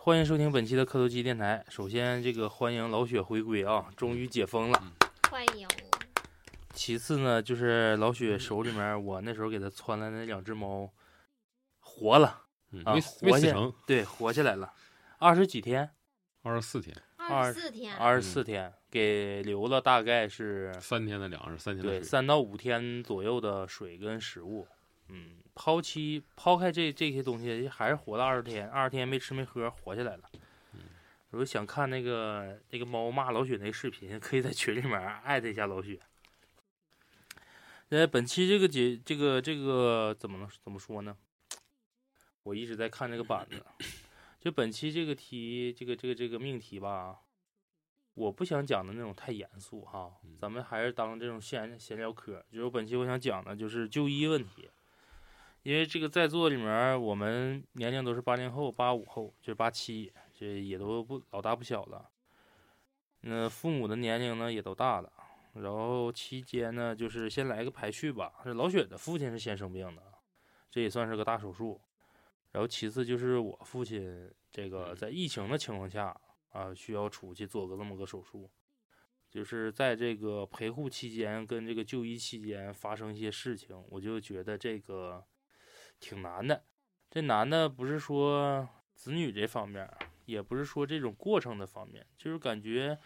欢迎收听本期的磕头机电台。首先，这个欢迎老雪回归啊，终于解封了， 欢迎。 其次呢，就是老雪手里面我那时候给他窜来那2只猫活了啊，活下来，对，活下来了，20几天 ，24天 ，24天，给留了大概是 3天的粮食，3天的对，3到5天左右的水跟食物。抛开这些东西，还是活了20天，20天没吃没喝，活下来了。如果想看那个猫骂老雪那个视频，可以在群里面艾特一下老雪。本期这个怎么说呢？我一直在看这个板子，就本期这个题，这个命题吧，我不想讲的那种太严肃哈，咱们还是当这种闲聊嗑。就是本期我想讲的就是就医问题。因为这个在座里面，我们年龄都是80后、85后，就是87，这也都不老大不小了。父母的年龄呢也都大了，然后期间呢，就是先来个排序吧。老雪的父亲是先生病的，这也算是个大手术。然后其次就是我父亲这个在疫情的情况下啊，需要出去做个这么个手术。就是在这个陪护期间跟这个就医期间发生一些事情，我就觉得这个挺难的。这难的不是说子女这方面，也不是说这种过程的方面，就是感觉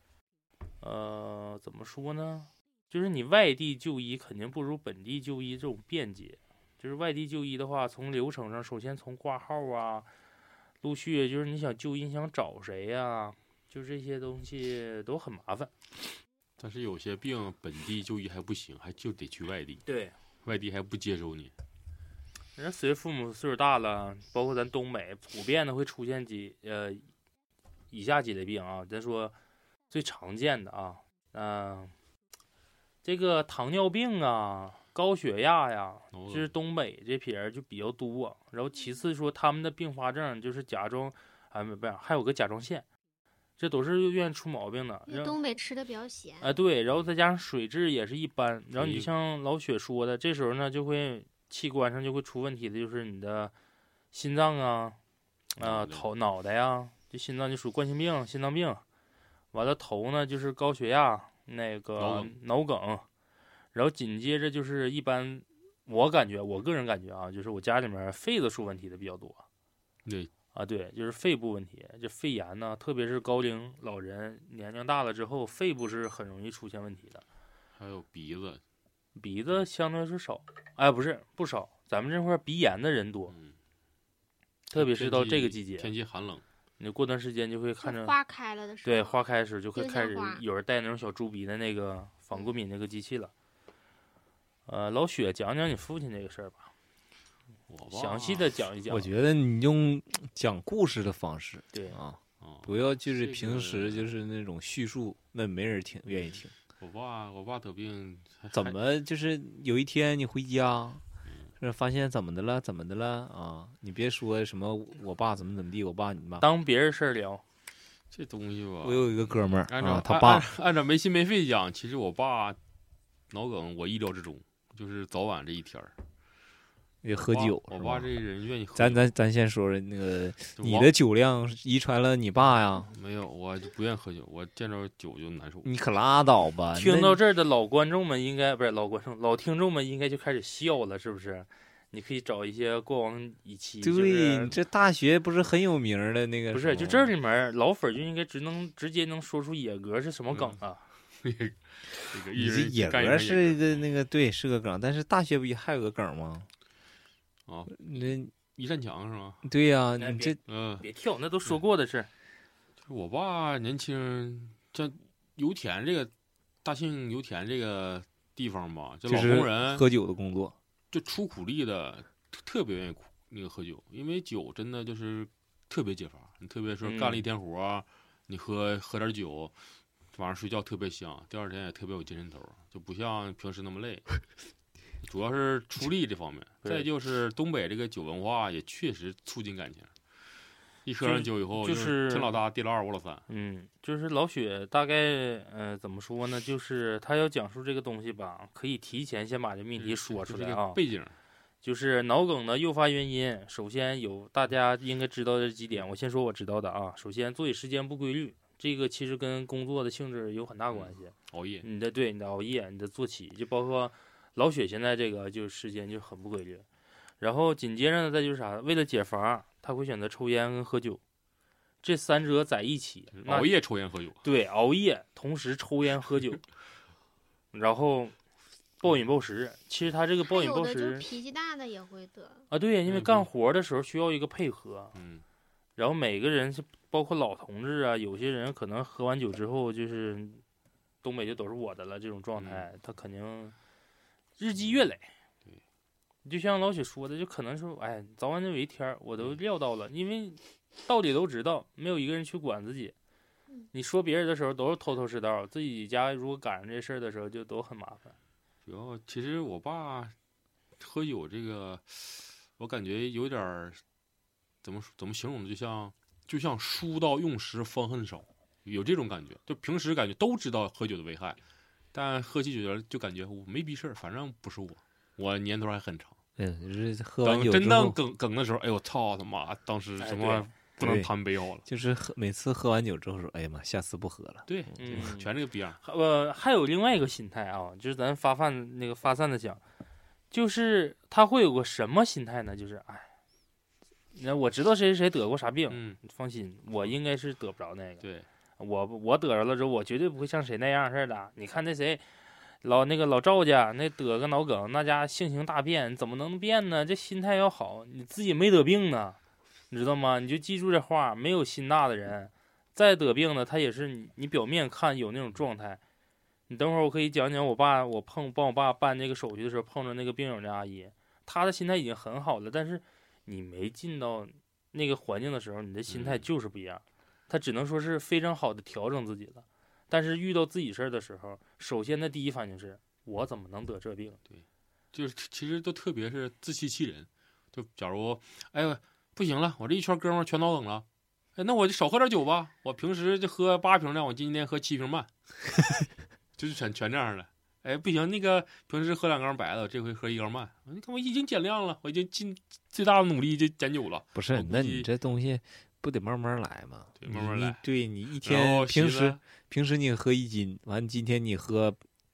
怎么说呢，就是你外地就医肯定不如本地就医这种便捷。就是外地就医的话，从流程上首先从挂号啊，陆续就是你想就医想找谁呀，就这些东西都很麻烦。 但是有些病本地就医还不行，还就得去外地。 对， 外地还不接收你。 人随着父母岁数大了，包括咱东北普遍的会出现以下几类病啊。咱说最常见的啊，这个糖尿病啊、高血压呀，就是东北这批人就比较多。然后其次说他们的并发症就是甲状，不是，还有个甲状腺，这都是愿意出毛病的。 因为东北吃的比较咸对，然后再加上水质也是一般。然后你像老雪说的，这时候呢就会器官上就会出问题的，就是你的心脏脑袋呀，这心脏就属冠心病、心脏病。完了头呢就是高血压，那个脑梗。然后紧接着就是一般，我个人感觉啊，就是我家里面肺子出问题的比较多。对，就是肺部问题，就肺炎呢，特别是高龄老人年龄大了之后，肺部是很容易出现问题的。 还有鼻子相对来说少，不是不少，咱们这块鼻炎的人多，特别是到这个季节， 天气寒冷， 你过段时间就会看着花开了的时候， 对，花开的时候就会开始有人带那种小猪鼻的那个防过敏那个机器了。老雪讲讲你父亲这个事儿吧，详细的讲一讲。 我觉得你用讲故事的方式， 对啊，不要就是平时就是那种叙述，那没人愿意听。 我爸得病， 怎么就是有一天你回家，发现怎么的了啊？你别说什么我爸怎么地，我爸你妈当别人事儿聊。 这东西吧， 我有一个哥们儿， 他爸按照没心没肺讲，其实我爸脑梗我意料之中。就是早晚这一天也喝酒。 我爸这人愿意喝。 咱先说说那个，你的酒量遗传了你爸呀？ 没有，我就不愿意喝酒，我见着酒就难受。 你可拉倒吧！ 听到这儿的老观众们应该不是老观众，老听众们应该就开始笑了，是不是？你可以找一些过往一期。 对，你这大学不是很有名的那个？ 不是，就这里面老粉就应该直接能说出野格是什么梗啊？ 你这野格是一个那个对，是个梗，但是大学不也还有个梗吗？ 那一战墙是吗？ 对呀，你这别跳，那都说过的事。 就是我爸年轻，像油田这个大庆油田这个地方吧，就老工人喝酒的工作， 就出苦力的，特别愿意那个喝酒，因为酒真的就是特别解乏。你特别说干了一天活，你喝点酒。晚上睡觉特别香，第二天也特别有精神头，就不像平时那么累。主要是出力这方面，再就是东北这个酒文化也确实促进感情。一喝上酒以后，就是天老大地老二我老三。 就是老雪大概怎么说呢？就是他要讲述这个东西吧，可以提前先把这命题说出来啊。 背景就是脑梗的诱发原因，首先有大家应该知道的几点，我先说我知道的啊。首先，作息时间不规律，这个其实跟工作的性质有很大关系。 熬夜， 你的熬夜，你的坐起，就包括老雪现在这个就是时间就很不规律。然后紧接着呢，再就是啥，为了解乏，他会选择抽烟跟喝酒，这三者在一起， 熬夜抽烟喝酒， 对，熬夜同时抽烟喝酒，然后暴饮暴食。其实他这个暴饮暴还有的就食脾气大的也会得。 啊，对，因为干活的时候需要一个配合，然后每个人是包括老同志啊，有些人可能喝完酒之后就是东北就都是我的了这种状态，他肯定日积月累。就像老雪说的，就可能说，哎，早晚有一天我都料到了，因为道理都知道，没有一个人去管自己。你说别人的时候都是头头是道，自己家如果赶上这事儿的时候，就都很麻烦。 主要其实我爸喝酒这个，我感觉有点儿怎么形容呢？就像书到用时方恨少，有这种感觉。就平时感觉都知道喝酒的危害，但喝起酒来就感觉我没逼事儿，反正不是我年头还很长。 就是喝完酒真之后当梗的时候，哎呦操他妈！当时什么不能贪杯好了。 就是每次喝完酒之后说，哎呀妈，下次不喝了。 对，全这个逼样。 还有另外一个心态啊，就是咱发散的讲，就是他会有个什么心态呢？就是哎，那我知道谁谁谁得过啥病，放心，我应该是得不着那个。 对， 我得着了之后，我绝对不会像谁那样似的。你看那谁。老赵家那得个脑梗，那家性情大变，怎么能变呢？这心态要好，你自己没得病呢，你知道吗？你就记住这话，没有心大的人，再得病呢，他也是你表面看有那种状态。你等会儿我可以讲讲我帮我爸办那个手续的时候碰着那个病友的阿姨，她的心态已经很好了，但是你没进到那个环境的时候，你的心态就是不一样。她只能说是非常好的调整自己了。但是遇到自己事儿的时候，首先的第一反应是我怎么能得这病？ 对，就是其实都特别是自欺欺人。就假如哎不行了，我这一圈哥们儿全脑梗了，哎那我就少喝点酒吧。我平时就喝8瓶的，我今天喝7瓶半，就是全这样的。哎不行，那个平时喝2缸白的，这回喝1缸半。你看我已经减量了，我已经尽最大的努力就减酒了。 不是，那你这东西不得慢慢来吗？ 对，慢慢来。 对你一天平时你喝1斤，完今天你喝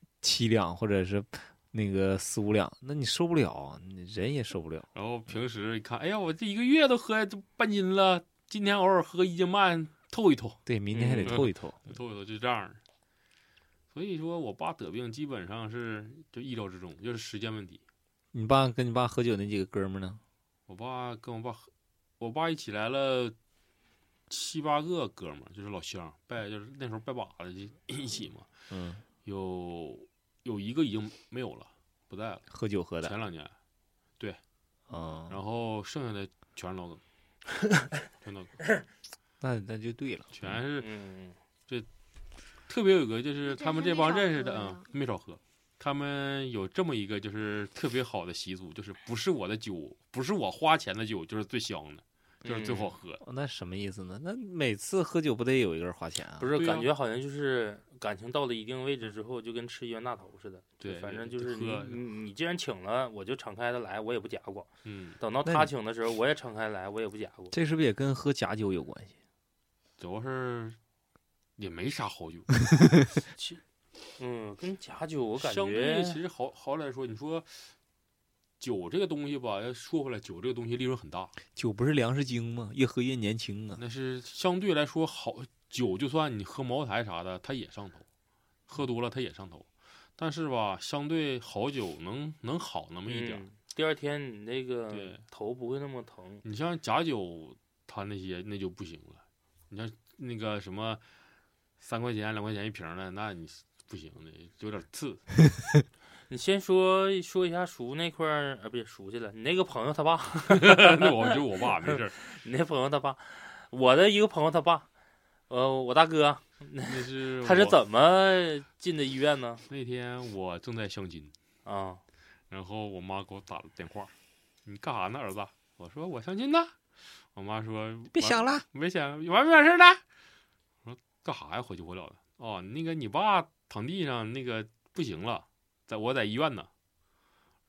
7两或者是那个4、5两，那你受不了，你人也受不了。 然后平时一看，哎呀，我这1个月都喝半斤了，今天偶尔喝1斤半透一透。 对，明天还得透一透， 透一透就这样。所以说我爸得病基本上是就意料之中，就是时间问题。 你爸跟你爸喝酒那几个哥们呢？ 我爸跟我爸一起来了7、8个哥们儿，就是老乡就是那时候拜把子就一起嘛。有一个已经没有了，不在了， 喝酒喝的。 前2年，对，然后剩下的全是脑梗，全脑梗。 那就对了， 全是这特别有个就是他们这帮认识的没少喝。他们有这么一个就是特别好的习俗，就是不是我的酒，不是我花钱的酒，就是最香的，就是最好喝。 那什么意思呢？那每次喝酒不得有一个人花钱啊？ 不是，感觉好像就是感情到了一定位置之后，就跟吃一冤大头似的。 对， 反正就是你既然请了，我就敞开的来，我也不假过。等到那他请的时候，我也敞开来，我也不假过。 这是不是也跟喝假酒有关系？ 主要是也没啥好酒。 跟假酒我感觉相对其实好来说，你说酒这个东西吧，要说回来，酒这个东西利润很大。 酒不是粮食精吗？越喝越年轻啊。 那是相对来说好酒，就算你喝茅台啥的，它也上头，喝多了它也上头。但是吧，相对好酒能好那么一点。 第二天你那个头不会那么疼。 你像假酒，它那些那就不行了。你像那个什么3块钱、2块钱1瓶的，那你不行的，有点刺。 你先说一下叔那块儿啊，别叔去了，你那个朋友他爸。 那我爸没事。 你那朋友他爸，我的一个朋友他爸，我大哥， 那是他是怎么进的医院呢？ 那天我正在相亲啊， 然后我妈给我打了电话，你干啥呢，儿子？我说我相亲呢。我妈说别想了， 没想完没完事呢。我说干啥呀？火急火燎的。那个你爸躺地上那个不行了，我在医院呢。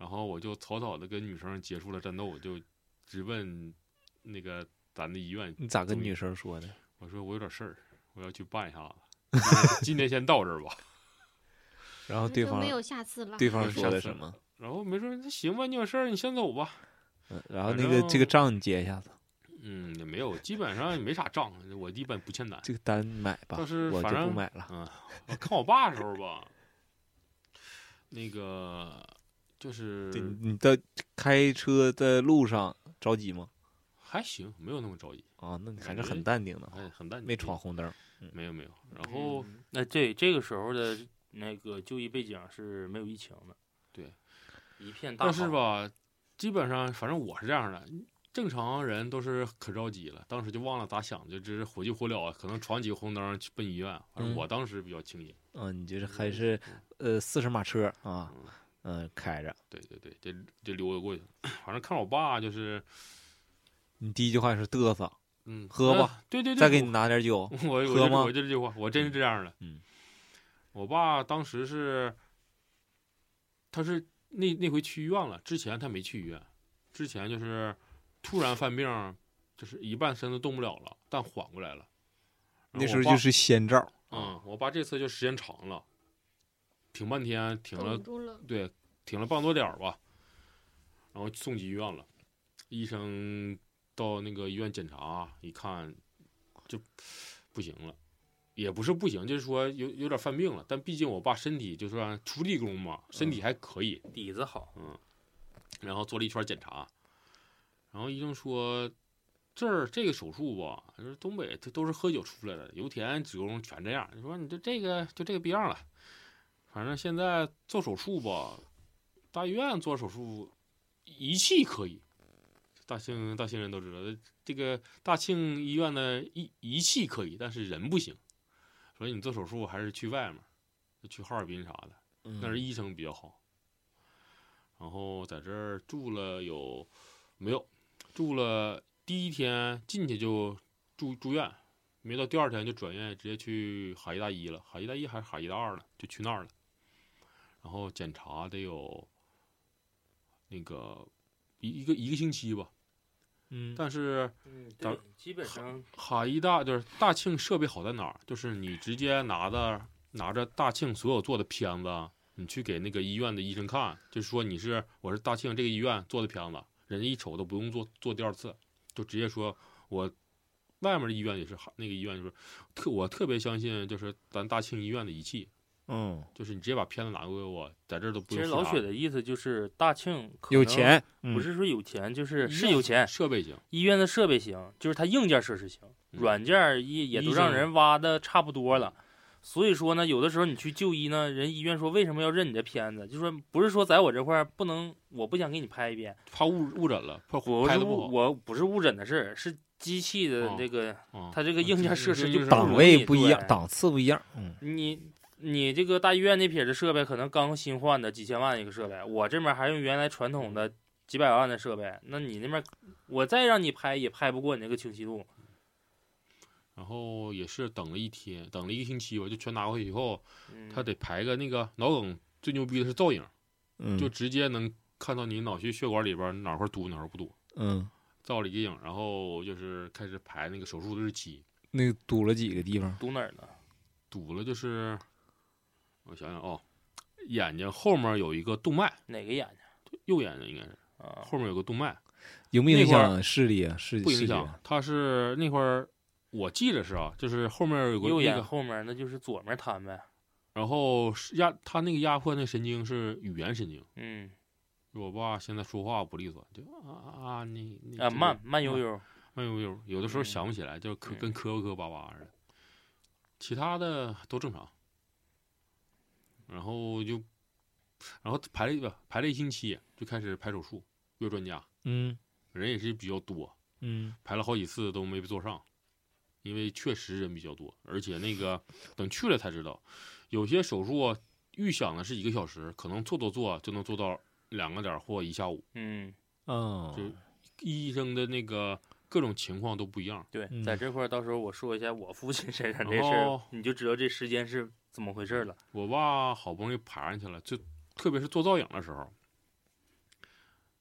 然后我就草草的跟女生结束了战斗，就直奔那个咱的医院。 你咋跟女生说的？ 我说我有点事儿，我要去办一下子，今天先到这儿吧。 然后对方就没有下次了。 对方说的什么？ 然后没说那行吧，你有事儿你先走吧。 然后这个账你结一下子。 也没有，基本上也没啥账，我一般不欠单。 这个单买吧， 但是我就反正不买了。 我看我爸的时候吧，那个就是对你的开车的路上着急吗？ 还行，没有那么着急啊，那你还是很淡定的， 很淡定， 没闯红灯。 没有。然后那这个时候的那个就医背景是没有疫情的， 对， 一片大好。 但是吧，基本上反正我是这样的。正常人都是可着急了，当时就忘了咋想，就只是火急火燎，可能闯几个红灯去奔医院。反正我当时比较轻易。 你就是还是40码车啊，开着。 对，就溜达过去。反正看我爸就是， 你第一句话是嘚瑟，喝吧， 对， 再给你拿点酒，喝吗？ 我就这句话，我真是这样的。我爸当时是，他是那回去医院了，之前他没去医院，之前就是突然犯病，就是一半身子动不了了，但缓过来了。 那时候就是先兆。 我爸这次就时间长了，挺半天，挺了半多点吧，然后送进医院了。医生到那个医院检查，一看就不行了，也不是不行，就是说有点犯病了。但毕竟我爸身体就算出力工嘛，身体还可以， 底子好。 然后做了一圈检查。然后医生说，这个手术吧，就是东北都是喝酒出来的，油田子宫全这样。你说你这个逼样了。反正现在做手术吧，大医院做手术仪器可以，大庆人都知道，这个大庆医院的仪器可以，但是人不行。所以你做手术还是去外面，去哈尔滨啥的，那是医生比较好。然后在这儿住了住了第一天进去就住院，没到第二天就转院，直接去哈医大一了。哈医大一还是哈医大二了，就去那儿了。然后检查得有那个一个星期吧。但是对，基本上哈医大就是大庆设备好在哪儿？就是你直接拿着大庆所有做的片子，你去给那个医院的医生看，就是说我是大庆这个医院做的片子，人家一瞅都不用做第二次，就直接说我外面的医院也是那个医院就是我特别相信就是咱大庆医院的仪器。就是你直接把片子拿过给我，在这儿都不用。 其实老雪的意思就是大庆有钱， 不是说有钱，就是有钱， 设备行， 医院的设备行，就是它硬件设施行，软件也都让人挖的差不多了。所以说呢，有的时候你去就医呢，人医院说为什么要认你的片子，就说不是说在我这块不能，我不想给你拍一遍， 怕误诊了，怕拍的不好。 我不是误诊的事，是机器的这个，它这个硬件设施就档位不一样，档次不一样。 你这个大医院那撇子设备可能刚新换的几千万一个设备，我这边还用原来传统的几百万的设备，那你那边我再让你拍也拍不过你那个清晰度。 然后也是等了一个星期吧，就全拿过去以后，他得排个那个脑梗，最牛逼的是造影，就直接能看到你脑血管里边哪块堵哪块不堵。造了一个影，然后就是开始排那个手术的日期。 那堵了几个地方？ 堵哪儿呢？ 堵了就是我想想眼睛后面有一个动脉。 哪个眼睛？ 右眼睛应该是后面有个动脉。 影不影响视力啊？ 不影响，它是那会儿我记得是就是后面有个右眼后面那就是左面瘫呗。 然后他那个压迫那神经是语言神经。我爸现在说话不利索，就慢悠悠，有的时候想不起来，就跟磕巴巴似的。其他的都正常。然后排了一星期，就开始排手术，约专家。人也是比较多。排了好几次都没做上，因为确实人比较多，而且那个等去了才知道，有些手术预想的是1个小时，可能做就能做到2个点或1下午。就医生的那个各种情况都不一样。 对，在这块到时候我说一下我父亲身上这事儿，你就知道这时间是怎么回事了。 我爸好不容易爬上去了，就特别是做造影的时候，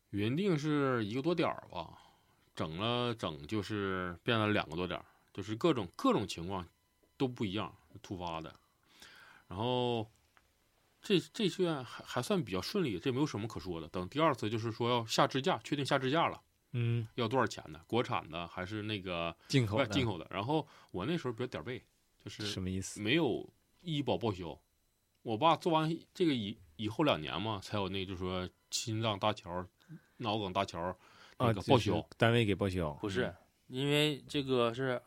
原定是1个多点儿吧，整就是变了2个多点儿，就是各种情况都不一样，突发的。然后这次还算比较顺利，这没有什么可说的。等第2次就是说要下支架，确定下支架了，要多少钱的？国产的还是那个进口的？然后我那时候比较点儿背，就是什么意思？ 没有医保报销。我爸做完这个以后2年嘛，才有那就是说心脏搭桥、脑梗搭桥那个报销， 就是单位给报销。 不是，因为这个是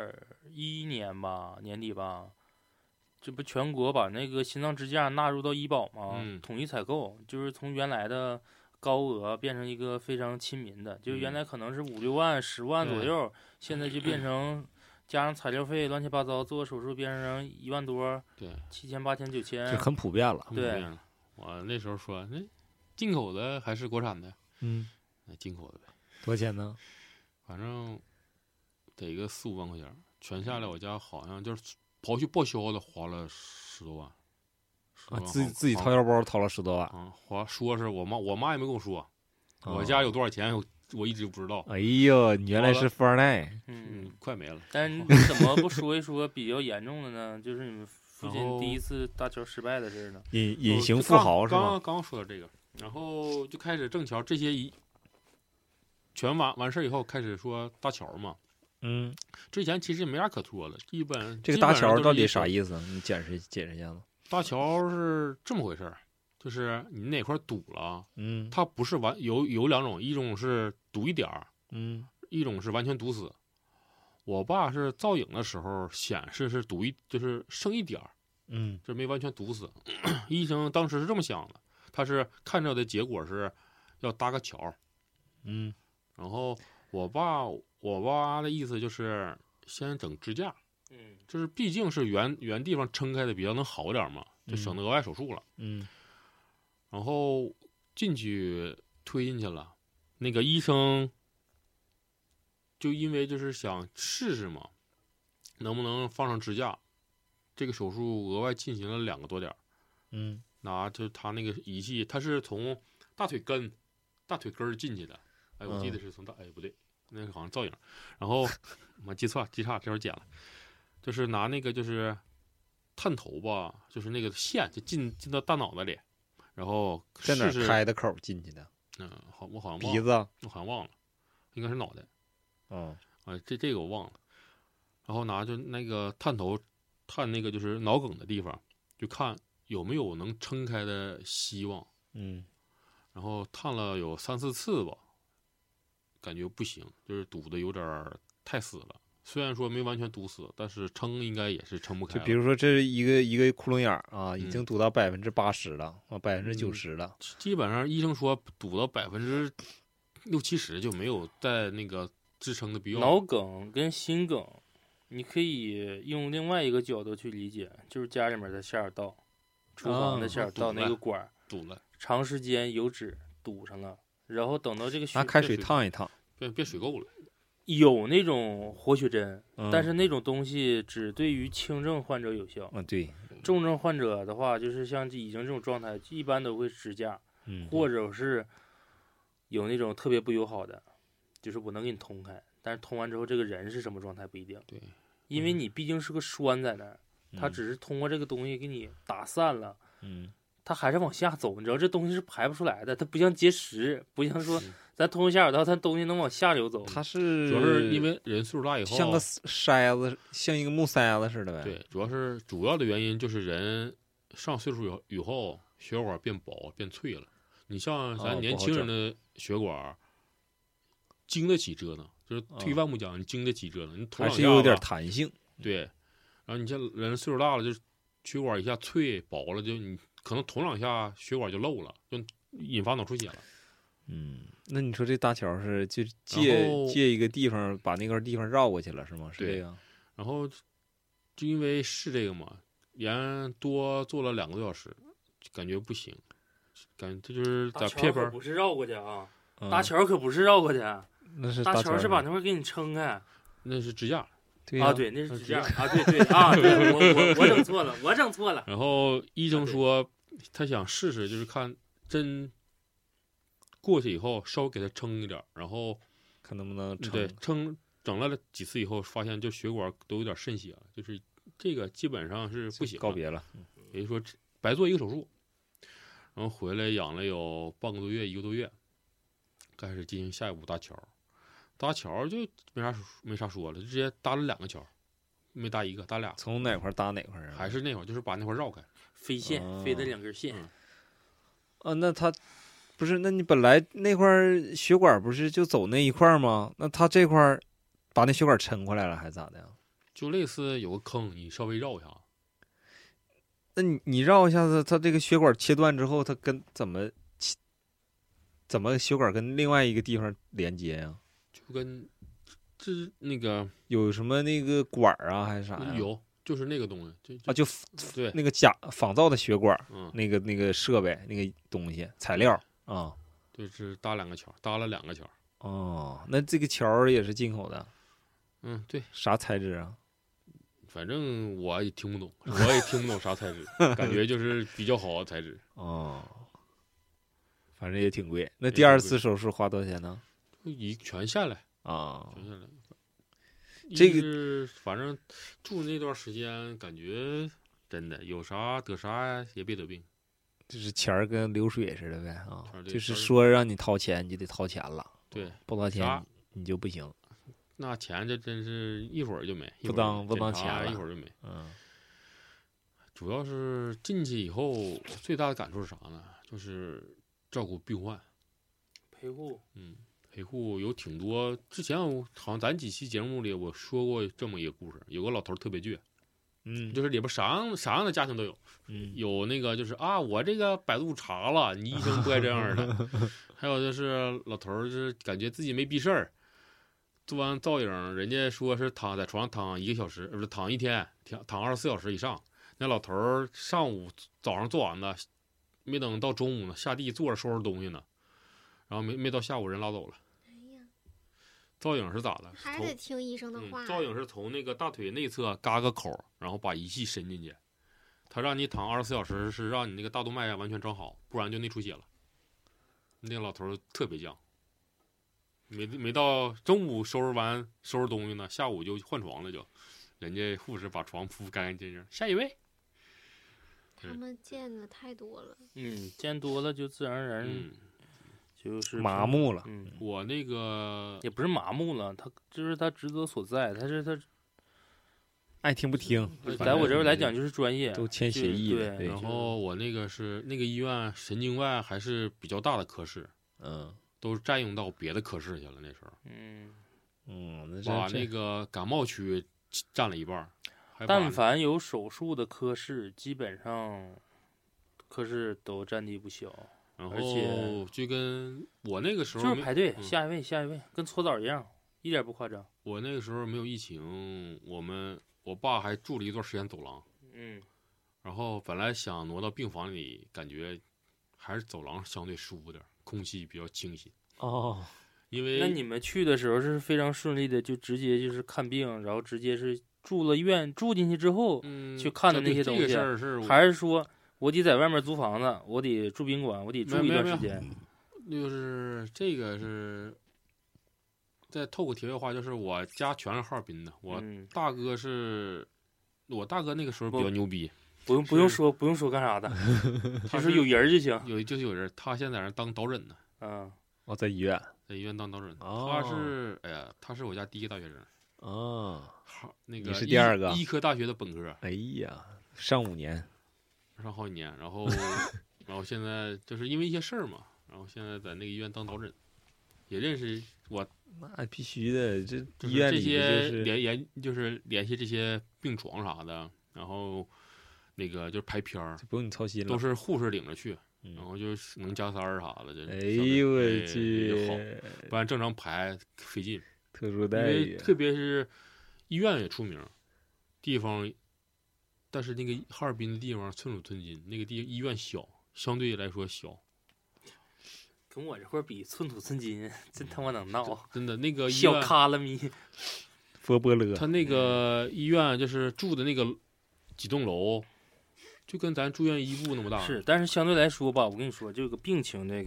21年吧，年底吧，这不全国把那个心脏支架纳入到医保吗？统一采购，就是从原来的高额变成一个非常亲民的，就是原来可能是5、6万、10万左右，现在就变成加上材料费乱七八糟，做手术变成1万多， 对 ，7000、8000、9000， 就很普遍了。 对， 我那时候说，那进口的还是国产的？那进口的呗。 多少钱呢？ 反正得个4、5万块钱，全下来我家好像就是刨去报销的花了10多万。 自己掏腰包掏了10多万啊！说是我妈也没跟我说，我家有多少钱，我一直不知道。 哎呦，你原来是富二代， 快没了。 但是你怎么不说一说比较严重的呢？就是你们父亲第一次搭桥失败的事呢？ 隐形富豪是吗？ 刚说到这个，然后就开始正桥这些全完事以后，开始说搭桥嘛。之前其实没啥可说的， 这个搭桥到底啥意思？你解释一下子。 搭桥是这么回事儿，就是你哪块堵了，它不是有2种，一种是堵一点儿，一种是完全堵死。我爸是造影的时候显示是就是剩一点儿，这没完全堵死。医生当时是这么想的，他是看着的结果是要搭个桥，然后我爸的意思就是先整支架。就是毕竟是原地方撑开的比较能好点嘛，就省得额外手术了。然后推进去了，那个医生就因为就是想试试嘛，能不能放上支架，这个手术额外进行了2个多点。拿就他那个仪器，他是从大腿根进去的。哎，我记得是从不对，那个好像造影。然后我记差，这会儿剪了。就是拿那个就是探头吧，就是那个线就进到大脑袋里，然后在哪开的口进去的？ 我好像鼻子， 我好像忘了，应该是脑袋。这个我忘了。然后拿就那个探头探那个就是脑梗的地方，就看有没有能撑开的希望。然后探了有3、4次吧，感觉不行，就是堵的有点太死了。虽然说没完全堵死，但是撑应该也是撑不开。 就比如说，这是一个窟窿眼啊，已经堵到80%了，90%了。 基本上医生说堵到60%、70%就没有再那个支撑的必要。 脑梗跟心梗，你可以用另外一个角度去理解，就是家里面的下水道、厨房的下水道那个管堵了， 长时间油脂堵上了，然后等到这个拿开水烫一烫， 变水垢了。 有那种活血针，但是那种东西只对于轻症患者有效。 对， 重症患者的话，就是像已经这种状态，一般都会支架，或者是有那种特别不友好的，就是我能给你通开，但是通完之后这个人是什么状态不一定。 对， 因为你毕竟是个栓在那儿，它只是通过这个东西给你打散了，它还是往下走。你知道这东西是排不出来的，它不像结石，不像说咱通下水道，它东西能往下流走。 它是主要是因为人岁数大以后， 像个筛子，像一个木塞子似的呗。 对，主要的原因就是人上岁数以后，血管变薄变脆了。你像咱年轻人的血管，经得起折腾，就是退一万步讲，你经得起折腾，你捅两下还是有点弹性。 对，然后你像人岁数大了，就是血管一下脆薄了，就你可能捅2下血管就漏了，就引发脑出血了。 那你说这搭桥是就借一个地方把那个地方绕过去了是吗？是这样。 然后就因为是这个嘛，连多做了2个多小时，感觉不行，感觉这就是在片边不是绕过去啊，搭桥可不是绕过去， 那是搭桥是把那块给你撑开， 那是支架。 对啊，对，那是支架啊，对啊，对我整错了， 然后医生说他想试试，就是看针过去以后稍微给它撑一点，然后看能不能对撑。 整了几次以后，发现就血管都有点渗血了，就是这个基本上是不行， 告别了。 也就是说白做一个手术，然后回来养了有半个多月、1个多月，开始进行下一步搭桥。搭桥就没啥说了，就直接搭了2个桥，没搭一个，搭俩。 从哪块搭哪块啊？ 还是那会儿，就是把那块绕开， 飞线飞的2根线。 那他不是？那你本来那块血管不是就走那一块吗？那他这块把那血管抻过来了，还是咋的呀？ 就类似有个坑，你稍微绕一下。 那你绕一下子，它这个血管切断之后，它跟怎么血管跟另外一个地方连接呀？ 就跟这那个有什么那个管啊，还是啥呀？ 有，就是那个东西， 就对那个仿造的血管，那个设备那个东西材料啊， 就是搭2个桥，搭了2个桥。 哦，那这个桥也是进口的？ 对， 啥材质啊？ 反正我也听不懂，啥材质，感觉就是比较好的材质。 哦，反正也挺贵。那第2次手术花多少钱呢？ 全下来啊， 全下来。 这个反正住那段时间，感觉真的有啥得啥呀，也别得病。 就是钱儿跟流水似的呗啊，就是说说让你掏钱，你就得掏钱了。 对， 不掏钱你就不行。 那钱这真是一会儿就没， 不当钱了， 一会儿就没。主要是进去以后最大的感受是啥呢？就是照顾病患， 陪护。 陪护有挺多。之前好像咱几期节目里我说过这么一个故事，有个老头特别倔。就是里边啥样的家庭都有。有那个就是我这个百度查了，你医生不该这样的。还有就是老头就是感觉自己没逼事儿。做完造影，人家说是躺在床上躺1个小时，不是躺1天，躺24小时以上。那老头早上做完的，没等到中午呢，下地坐着收拾东西呢，然后没到下午人拉走了。 哎呀， 造影是咋的？ 还是得听医生的话。 造影是从那个大腿内侧嘎个口，然后把仪器伸进去，他让你躺24小时，是让你那个大动脉完全长好，不然就内出血了。那个老头特别犟。没到中午收拾东西呢，下午就换床了，人家护士把床铺干干净净，下一位。 他们见的太多了， 见多了就自然而然就是麻木了。 我那个也不是麻木了，他就是他职责所在，他爱听不听， 在我这边来讲就是专业， 都签协议的。 然后我那个医院神经外还是比较大的科室，都占用到别的科室去了。那时候，把那个感冒区占了一半。 但凡有手术的科室，基本上科室都占地不小。 然后就跟我那个时候就是排队，下一位，跟搓澡一样，一点不夸张。 我那个时候没有疫情，我爸还住了一段时间走廊。然后本来想挪到病房里，感觉还是走廊相对舒服点，空气比较清新。因为那你们去的时候是非常顺利的，就直接就是看病，然后直接是住了院，住进去之后去看的那些东西，还是说我得在外面租房子，我得住宾馆，我得住一段时间？ 就是这个是再透个题外话，就是我家全是哈尔滨的，我大哥那个时候比较牛逼。 不用说干啥的，就是有人就行。 有人，他现在在那当导诊呢。 在医院当导诊。他是我家第1个大学生。那个你是第2个。 医科大学的本科。 哎呀，上5年， 上好几年，然后现在就是因为一些事儿嘛，然后现在在那个医院当导诊，也认识我。 那必须的，这医院里就是联系这些病床啥的，然后那个就是拍片儿， 不用你操心了， 都是护士领着去，然后就是能加塞儿啥的。 哎呦我去， 好，不然正常排费劲。 特殊待遇， 特别是医院也出名，地方，但是那个哈尔滨的地方寸土寸金，那个医院小，相对来说小。 跟我这块比寸土寸金，真他妈能闹！ 真的，那个医院小卡拉咪， 佛波勒。 他那个医院就是住的那个几栋楼，就跟咱住院1部那么大。 是，但是相对来说吧，我跟你说，这个病情这个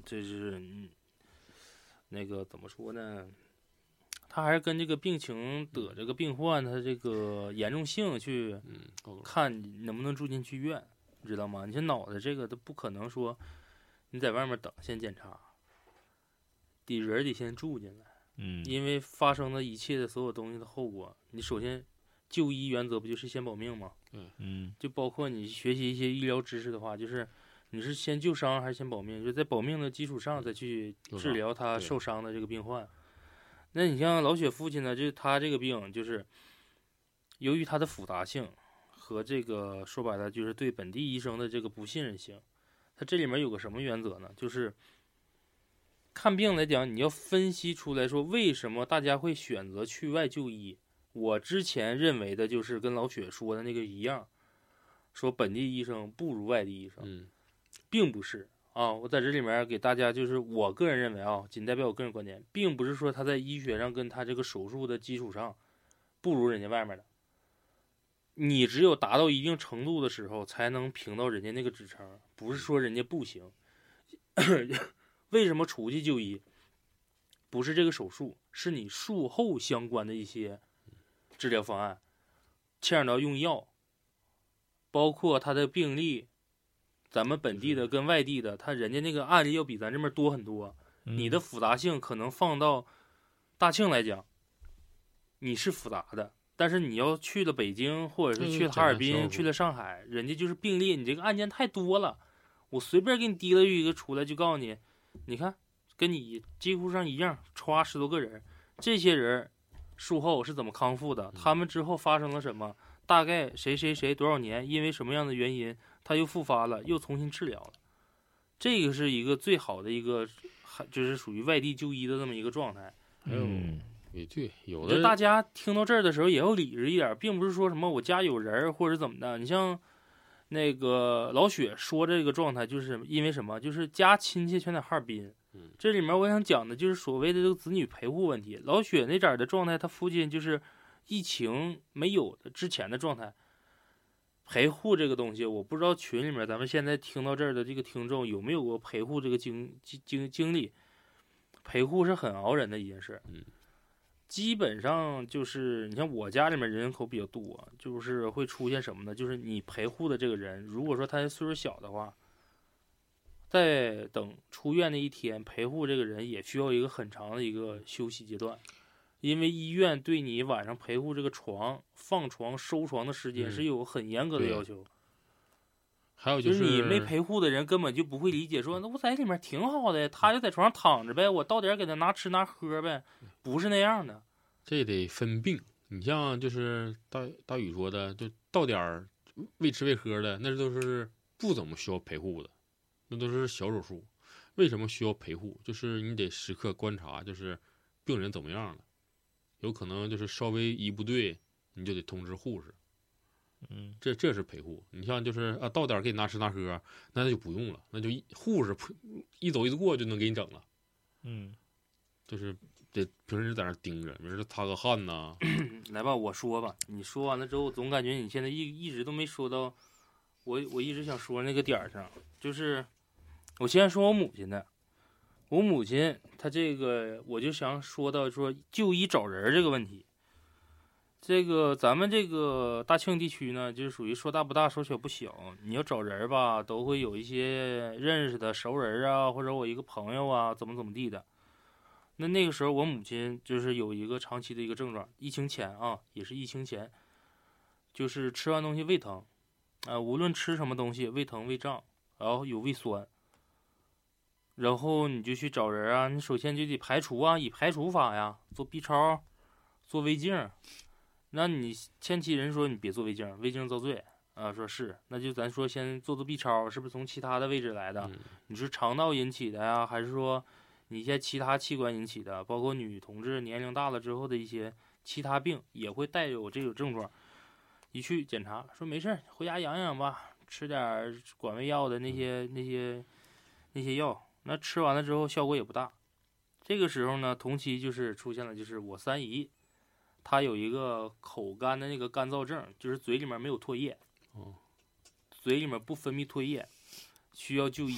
这是那个怎么说呢？他还是跟这个病情得这个病患他这个严重性去看能不能住进去院，知道吗？你这脑袋这个都不可能说你在外面等先检查，人得先住进来。因为发生的一切的所有东西的后果，你首先就医原则不就是先保命吗？就包括你学习一些医疗知识的话，就是你是先救伤还是先保命？就在保命的基础上再去治疗他受伤的这个病患。那你像老雪父亲呢，就他这个病，就是由于它的复杂性和这个说白了就是对本地医生的这个不信任性，它这里面有个什么原则呢？就是看病来讲，你要分析出来说为什么大家会选择去外就医。我之前认为的就是跟老雪说的那个一样，说本地医生不如外地医生，并不是啊。我在这里面给大家就是我个人认为啊，仅代表我个人观点，并不是说他在医学上跟他这个手术的基础上不如人家外面的。你只有达到一定程度的时候，才能评到人家那个职称，不是说人家不行。为什么出去就医？不是这个手术，是你术后相关的一些治疗方案，牵扯到用药，包括他的病例，咱们本地的跟外地的，他人家那个案例要比咱这边多很多。你的复杂性可能放到大庆来讲，你是复杂的，但是你要去了北京，或者是去了哈尔滨，去了上海，人家就是病例，你这个案件太多了，我随便给你提了一个出来，就告诉你，你看跟你几乎上一样，歘10多个人，这些人术后是怎么康复的？他们之后发生了什么？大概谁谁谁多少年，因为什么样的原因，他又复发了，又重新治疗了。这个是一个最好的一个，就是属于外地就医的这么一个状态。 也对，有的大家听到这儿的时候也要理智一点，并不是说什么我家有人或者怎么的。你像那个老雪说这个状态，就是因为什么？就是家亲戚全在哈尔滨。这里面我想讲的就是所谓的这个子女陪护问题。老雪那点的状态，他父亲就是疫情没有的之前的状态。陪护这个东西，我不知道群里面咱们现在听到这儿的这个听众有没有过陪护这个经历。陪护是很熬人的一件事。基本上就是你像我家里面人口比较多，就是会出现什么呢？就是你陪护的这个人，如果说他岁数小的话，在等出院那一天，陪护这个人也需要一个很长的一个休息阶段，因为医院对你晚上陪护这个床、放床、收床的时间是有很严格的要求。 还有就是你没陪护的人根本就不会理解，说那我在里面挺好的，他就在床上躺着呗，我到点给他拿吃拿喝呗，不是那样的。 这得分病，你像就是大宇说的，就到点喂吃喂喝的，那都是不怎么需要陪护的，那都是小手术。为什么需要陪护？就是你得时刻观察，就是病人怎么样了，有可能就是稍微一不对，你就得通知护士。这是陪护。你像就是到点给你拿吃拿喝，那就不用了，那就护士一走一过就能给你整了。就是得平时在那盯着，比如说擦个汗呐。 来吧，我说吧，你说完了之后，我总感觉你现在一直都没说到我一直想说那个点上，就是我先说我母亲的。我母亲她这个，我就想说到说就医找人这个问题。这个咱们这个大庆地区呢，就是属于说大不大，说小不小。你要找人吧，都会有一些认识的熟人啊，或者我一个朋友啊，怎么地的。那个时候我母亲就是有一个长期的一个症状，疫情前啊，也是疫情前，就是吃完东西胃疼，无论吃什么东西胃疼胃胀，然后有胃酸。然后你就去找人啊，你首先就得排除啊，以排除法呀，做 B 超，做胃镜。那你前期人说你别做胃镜，胃镜遭罪啊，说是，那就咱说先做 B 超，是不是从其他的位置来的？你是肠道引起的呀，还是说你一些其他器官引起的？包括女同志年龄大了之后的一些其他病也会带有这种症状。一去检查说没事，回家养养吧，吃点管胃药的那些药。那吃完了之后效果也不大。这个时候呢，同期就是出现了，就是我三姨。他有一个口干的那个干燥症，就是嘴里面没有唾液，嘴里面不分泌唾液，需要就医。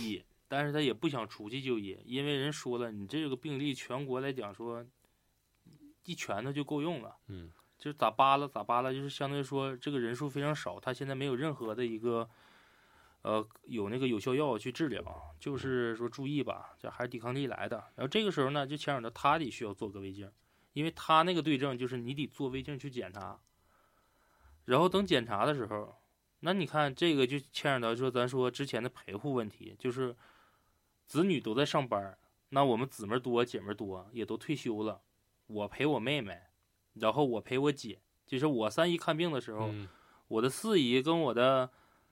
但是他也不想出去就医，因为人说了，你这个病例全国来讲说，一拳头就够用了，就是咋扒拉咋扒拉，就是相对说这个人数非常少，他现在没有任何的一个有那个有效药去治疗，就是说注意吧，这还是抵抗力来的。然后这个时候呢，就牵扯到他得需要做个胃镜，因为他那个对症就是你得做胃镜去检查，然后等检查的时候，那你看这个就牵扯到说咱说之前的陪护问题，就是子女都在上班，那我们姊妹多姐妹多也都退休了，我陪我妹妹，然后我陪我姐，就是我3姨看病的时候，我的4姨跟我的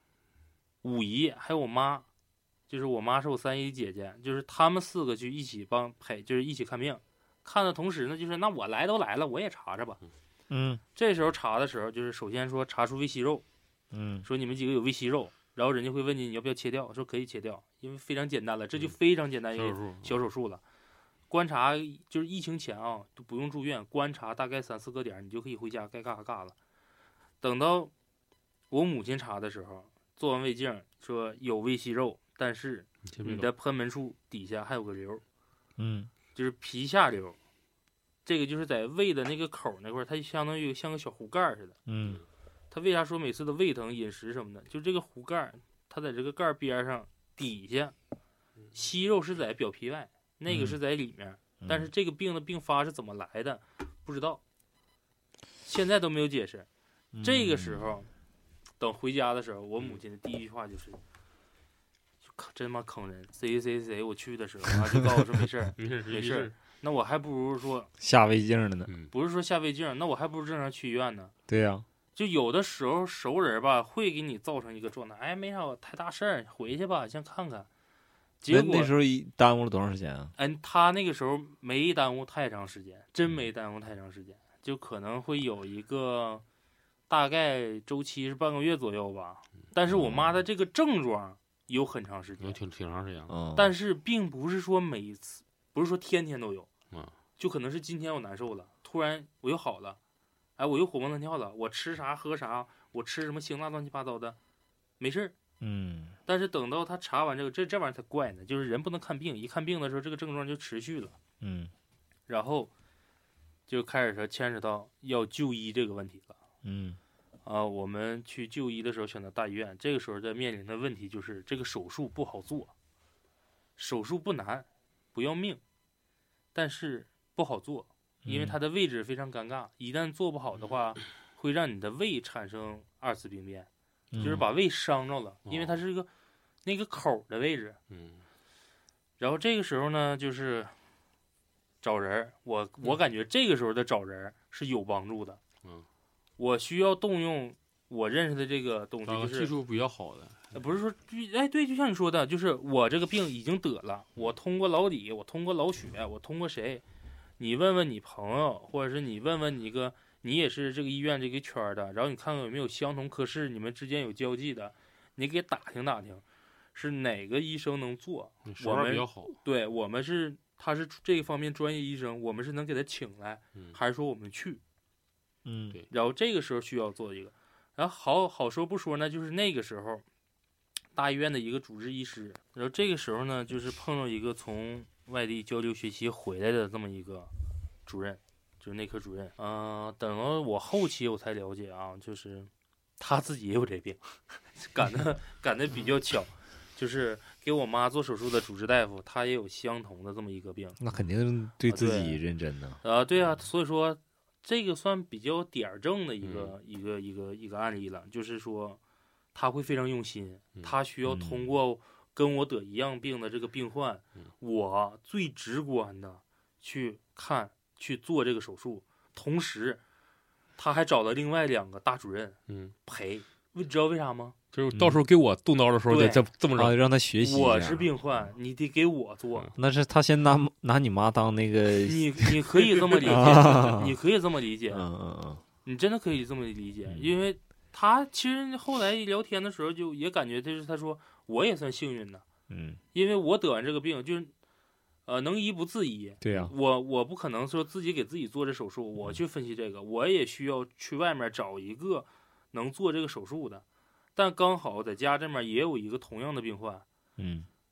5姨还有我妈，就是我妈是我3姨姐姐，就是他们4个去一起陪，就是一起看病。看的同时呢，就是那我来都来了，我也查查吧。这时候查的时候，就是首先说查出胃息肉，说你们几个有胃息肉，然后人家会问你要不要切掉，说可以切掉，因为非常简单了，这就非常简单一个小手术了。观察就是疫情前啊，都不用住院，观察大概3、4个点，你就可以回家该干啥干了。等到我母亲查的时候，做完胃镜说有胃息肉，但是你的贲门处底下还有个瘤，就是皮下瘤，这个就是在胃的那个口那块，它相当于像个小壶盖似的。他为啥说每次的胃疼、饮食什么的，就这个壶盖，它在这个盖边上底下，息肉是在表皮外，那个是在里面，但是这个病的病发是怎么来的，不知道，现在都没有解释。这个时候，等回家的时候，我母亲的第一句话就是，真妈坑人，谁，我去的时候啊，就告诉我说没事儿，没事儿。那我还不如说下胃镜了呢， 不是说下胃镜，那我还不如正常去医院呢。 对呀， 就有的时候熟人吧，会给你造成一个状态，哎，没啥太大事儿，回去吧，先看看。结果那时候耽误了多长时间啊？ 他那个时候没耽误太长时间，真没耽误太长时间，就可能会有一个大概周期是半个月左右吧。但是我妈的这个症状有很长时间， 挺长时间。 但是并不是说每次，不是说天天都有，就可能是今天我难受了，突然我又好了，哎，我又活蹦乱跳了，我吃啥喝啥，我吃什么辛辣乱七八糟的，没事儿。但是等到他查完这个，这玩意儿才怪呢，就是人不能看病，一看病的时候，这个症状就持续了。然后就开始说牵扯到要就医这个问题了。我们去就医的时候选择大医院，这个时候在面临的问题就是这个手术不好做，手术不难，不要命，但是不好做，因为它的位置非常尴尬，一旦做不好的话，会让你的胃产生2次病变。就是把胃伤着了，因为它是那个口的位置。然后这个时候呢，就是找人，我感觉这个时候的找人是有帮助的。我需要动用我认识的这个东西，就是技术比较好的。 不是说，哎，对，就像你说的，就是我这个病已经得了，我通过老李，我通过老许，我通过谁？你问问你朋友，或者是你问问你也是这个医院这个圈的，然后你看看有没有相同科室，你们之间有交际的，你给打听打听，是哪个医生能做？我们比较好， 对，他是这个方面专业医生，我们是能给他请来，还是说我们去？ 对。 然后这个时候需要做一个，然后好说不说呢，就是那个时候大医院的一个主治医师，然后这个时候呢，就是碰到一个从外地交流学习回来的这么一个主任。就是内科主任，等到我后期我才了解啊，就是他自己也有这病，赶得比较巧，就是给我妈做手术的主治大夫，他也有相同的这么一个病。 那肯定对自己认真呢。 对啊，所以说这个算比较点正的一个案例了，就是说他会非常用心，他需要通过跟我得一样病的这个病患，我最直观的去看。去做这个手术，同时他还找了另外2个大主任陪，你知道为啥吗？ 就是到时候给我动刀的时候得这么让他学习一下。 我是病患，你得给我做。 那是他先拿你妈当那个， 你可以这么理解，你可以这么理解，你真的可以这么理解，因为他其实后来聊天的时候就也感觉就是他说我也算幸运的，因为我得完这个病就是。能医不自医， 对呀， 我不可能说自己给自己做这手术，我去分析这个，我也需要去外面找一个能做这个手术的，但刚好在家这面也有一个同样的病患，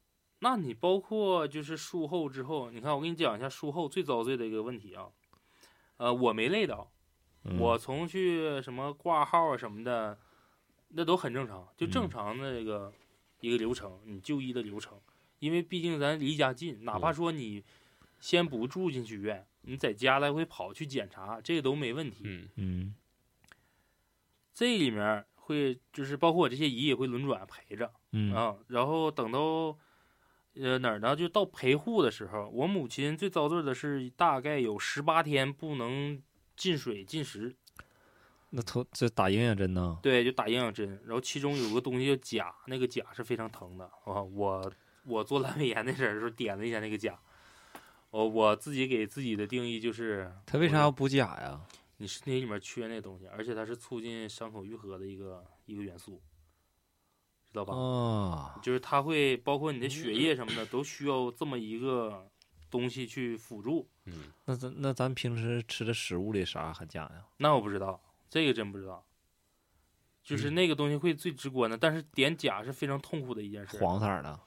那你包括就是术后之后，你看我给你讲一下术后最遭罪的一个问题啊。我没累到，我从去什么挂号啊什么的，那都很正常，就正常的一个流程，你就医的流程。因为毕竟咱离家近，哪怕说你先不住进去院，你在家来回跑去检查，这个都没问题。这里面会就是包括我这些姨也会轮转陪着，然后等到哪儿呢？就到陪护的时候，我母亲最遭罪的是大概有18天不能进水进食。 那这打营养针呢？ 对，就打营养针，然后其中有个东西叫钾，那个钾是非常疼的啊。我做阑尾炎那阵儿的时候点了一下那个钾，我自己给自己的定义就是， 它为啥要补钾呀？ 你身体里面缺那东西，而且它是促进伤口愈合的一个元素。知道吧？就是它会包括你的血液什么的，都需要这么一个东西去辅助。 那咱平时吃的食物里啥含钾呀？ 那我不知道，这个真不知道。就是那个东西会最直观的，但是点钾是非常痛苦的一件事。 黄色的。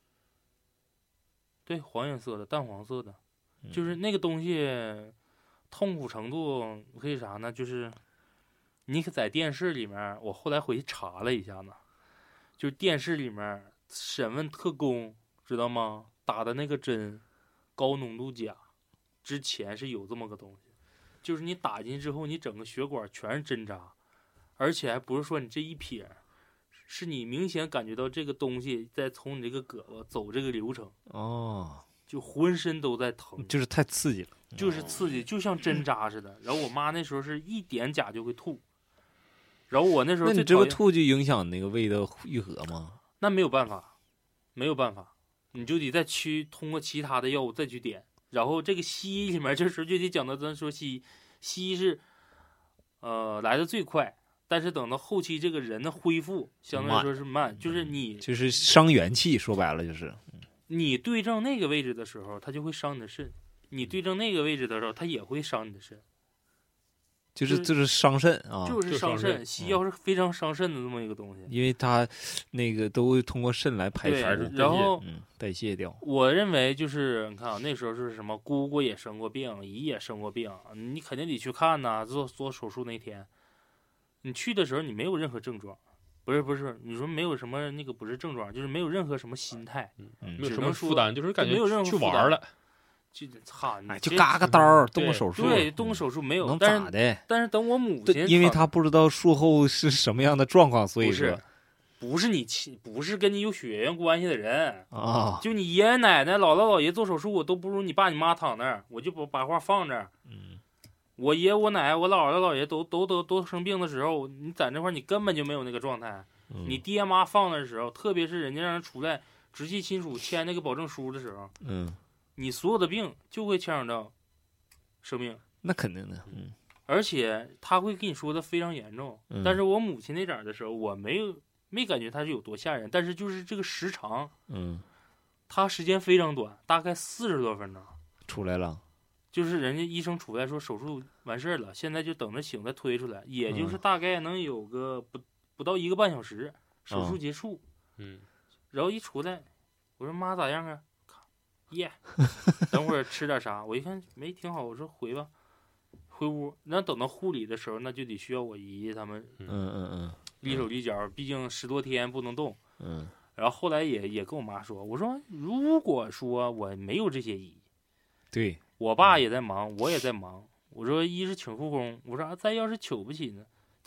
对，黄颜色的，淡黄色的，就是那个东西痛苦程度可以啥呢？就是你在电视里面，我后来回去查了一下呢。就是电视里面审问特工，知道吗？打的那个针，高浓度钾，之前是有这么个东西，就是你打进去之后，你整个血管全是针扎，而且还不是说你这一撇，是你明显感觉到这个东西在从你这个胳膊走这个流程，就浑身都在疼， 就是太刺激了， 就是刺激，就像针扎似的。然后我妈那时候是一点钾就会吐。然后我那时候， 那你这个吐就影响那个胃的愈合吗？ 那没有办法，没有办法，你就得再通过其他的药物再去点。然后这个西医里面这时候就得讲到，咱说西医是来的最快，但是等到后期这个人的恢复相对来说是慢，就是你就是伤元气，说白了就是你对症那个位置的时候，它就会伤你的肾；你对症那个位置的时候，它也会伤你的肾。 就是伤肾啊， 就是伤肾。西药是非常伤肾的这么一个东西， 因为它那个都通过肾来排出， 然后代谢掉。 我认为就是你看啊，那时候是什么，姑姑也生过病，姨也生过病，你肯定得去看呐。做手术那天，你去的时候你没有任何症状，不是，你说没有什么那个不是症状，就是没有任何什么心态， 没有什么负担，就是感觉没有任何去玩了。 就操， 就嘎个刀，动个手术， 对，动个手术没有， 能咋的？ 但是等我母亲， 因为他不知道术后是什么样的状况，所以说不是跟你有血缘关系的人啊， 就你爷爷奶奶、姥姥姥爷做手术，都不如你爸你妈躺那儿，我就把话放这儿。我爷我奶我姥姥姥爷都生病的时候，你在那块儿你根本就没有那个状态。你爹妈放那的时候，特别是人家让人出来直系亲属签那个保证书的时候，你所有的病就会牵扯到生命， 那肯定的， 而且他会跟你说的非常严重。但是我母亲那点儿的时候，我没感觉他是有多吓人，但是就是这个时长，他时间非常短，大概40多分钟出来了， 就是人家医生出来说手术完事儿了，现在就等着醒再推出来，也就是大概能有个不到1个半小时，手术结束，然后一出来，我说妈咋样啊？等会儿吃点啥？我一看没挺好，我说回吧，回屋。那等到护理的时候，那就得需要我姨他们，立手立脚，毕竟10多天不能动。然后后来也跟我妈说，我说如果说我没有这些姨， 对我爸也在忙，我也在忙。我说一是请护工，我说再要是请不起呢？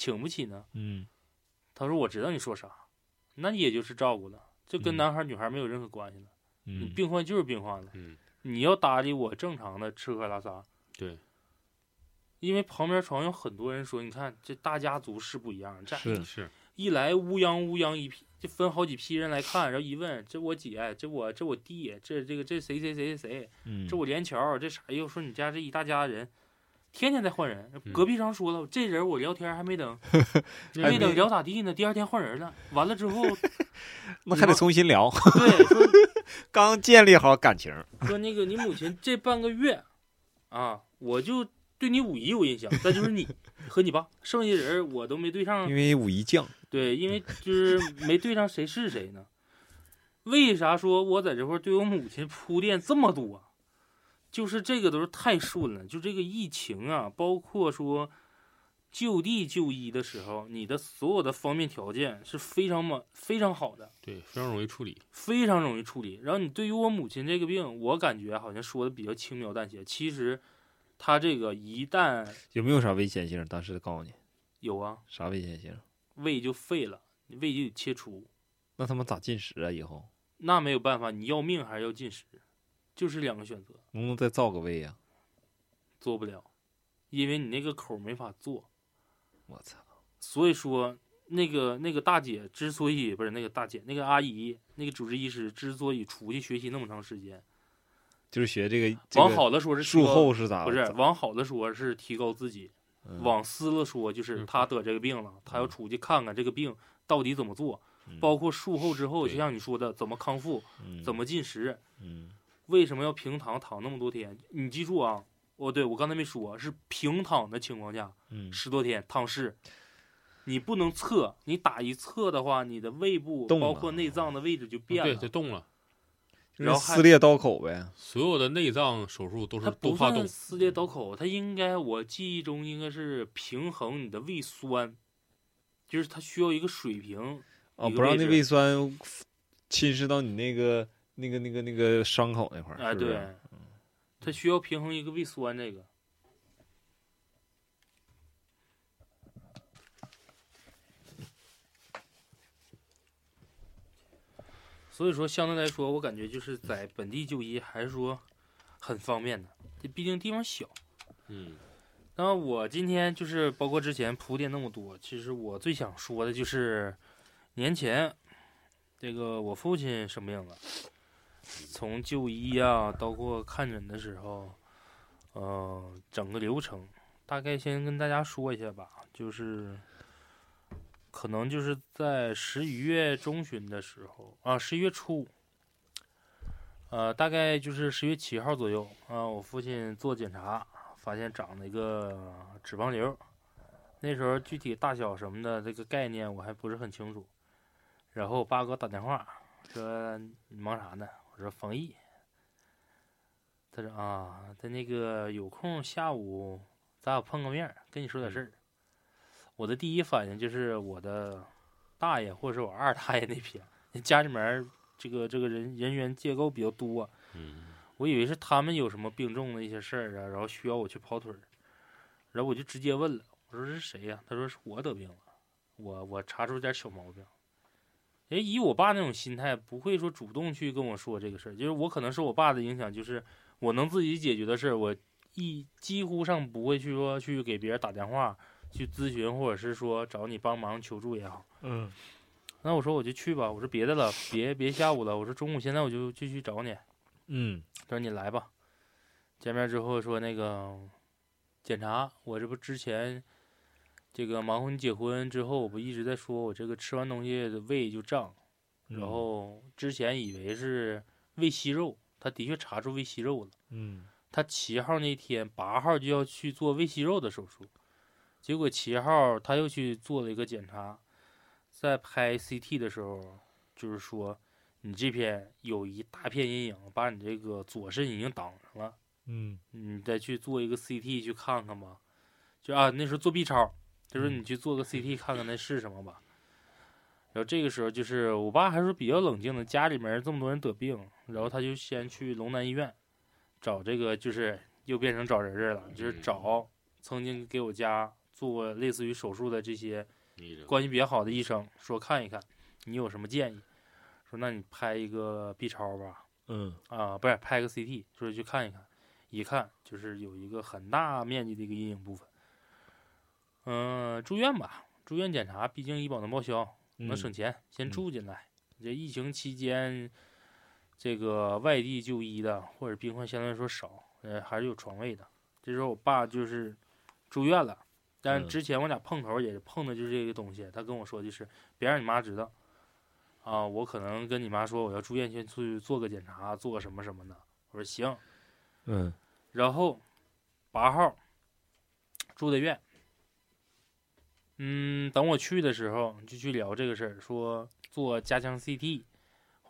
他说我知道你说啥，那你也就是照顾了，这跟男孩女孩没有任何关系了。你病患就是病患了，你要搭理我正常的吃喝拉撒。 对， 因为旁边床有很多人说，你看这大家族是不一样，这是一来乌泱一批，就分好几批人来看，然后一问，这我姐，这我弟，这谁，这我连桥，这啥？又说你家这一大家人，天天在换人。隔壁上说了，这人我聊天还没等聊咋地呢，第2天换人了，完了之后那还得重新聊。 对，说刚建立好感情， 说那个你母亲这半个月啊，我就对你五姨有印象，再就是你和你爸，剩下人我都没对上， 因为五姨犟。 对，因为就是没对上谁是谁呢。 为啥说我在这块对我母亲铺垫这么多？就是这个都是太顺了，就这个疫情啊，包括说就地就医的时候，你的所有的方面条件是非常好的， 对，非常容易处理， 非常容易处理。然后你对于我母亲这个病，我感觉好像说的比较轻描淡写，其实他这个一旦有没有啥危险性？当时告诉你有啊， 啥危险性？ 胃就废了，胃就得切除， 那他妈咋进食啊？以后那没有办法，你要命还是要进食，就是两个选择， 能不能再造个胃呀？ 做不了，因为你那个口没法做。 我操！ 所以说，那个大姐之所以不是那个大姐，那个阿姨，那个主治医师之所以出去学习那么长时间， 就是学这个往好的说是术后是咋？ 不是往好的说是提高自己，往私了说就是他得这个病了，他要出去看看这个病到底怎么做，包括术后之后，就像你说的怎么康复，怎么进食，为什么要平躺躺那么多天？你记住啊，对我刚才没说，是平躺的情况下，10多天躺尸，你不能侧，你打一侧的话，你的胃部包括内脏的位置就变了， 对，就动了。 然后撕裂刀口呗， 所有的内脏手术都不怕动。 撕裂刀口，它应该我记忆中应该是平衡你的胃酸，就是它需要一个水平哦，不让那胃酸侵蚀到你那个伤口那块儿。 哎，对，它需要平衡一个胃酸这个。所以说，相对来说，我感觉就是在本地就医还是说很方便的，这毕竟地方小。那我今天就是包括之前铺垫那么多，其实我最想说的就是年前这个我父亲生病了，从就医啊，包括看诊的时候，整个流程大概先跟大家说一下吧，就是可能就是在11月中旬的时候啊，11月初，大概就是10月7号左右啊，我父亲做检查，发现长了一个脂肪瘤，那时候具体大小什么的这个概念我还不是很清楚。然后我爸给我打电话说：“你忙啥呢？”我说：“防疫。”他说：“啊，他那个有空下午咱俩碰个面，跟你说点事儿。”我的第一反应就是我的大爷或者是我二大爷那边，家里面这个人员结构比较多，我以为是他们有什么病重的一些事儿啊，然后需要我去跑腿儿，然后我就直接问了，我说是谁呀？他说是我得病了，我查出点小毛病。以我爸那种心态，不会说主动去跟我说这个事儿，就是我可能受我爸的影响，就是我能自己解决的事儿，我几乎上不会去说去给别人打电话去咨询，或者是说找你帮忙求助也好。那我说我就去吧，我说别的了，别下午了，我说中午现在我就去找你。他说你来吧。见面之后说那个检查，我这不之前这个忙活你结婚之后，我不一直在说我这个吃完东西的胃就胀，然后之前以为是胃息肉，他的确查出胃息肉了。他7号那天8号就要去做胃息肉的手术，结果7号他又去做了一个检查，在拍 CT 的时候，就是说你这片有一大片阴影，把你这个左肾已经挡上了。你再去做一个 CT 去看看吧。就那时候做 B 超，他说你去做个 CT 看看那是什么吧。然后这个时候就是我爸还是比较冷静的，家里面这么多人得病，然后他就先去龙南医院找这个，就是又变成找人了，就是找曾经给我家做过类似于手术的这些关系比较好的医生，说看一看你有什么建议，说那你拍一个 B 超吧，不是拍个 CT， 说去看一看，一看就是有一个很大面积的一个阴影部分。住院吧，住院检查，毕竟医保能报销，能省钱，先住进来。这疫情期间，这个外地就医的或者病患相对来说少，还是有床位的。这时候我爸就是住院了，但是之前我俩碰头也碰的就是这个东西。他跟我说就是别让你妈知道啊，我可能跟你妈说我要住院，先去做个检查，做个什么什么的。我说行，然后8号住的院。等我去的时候就去聊这个事儿，说做加强 CT，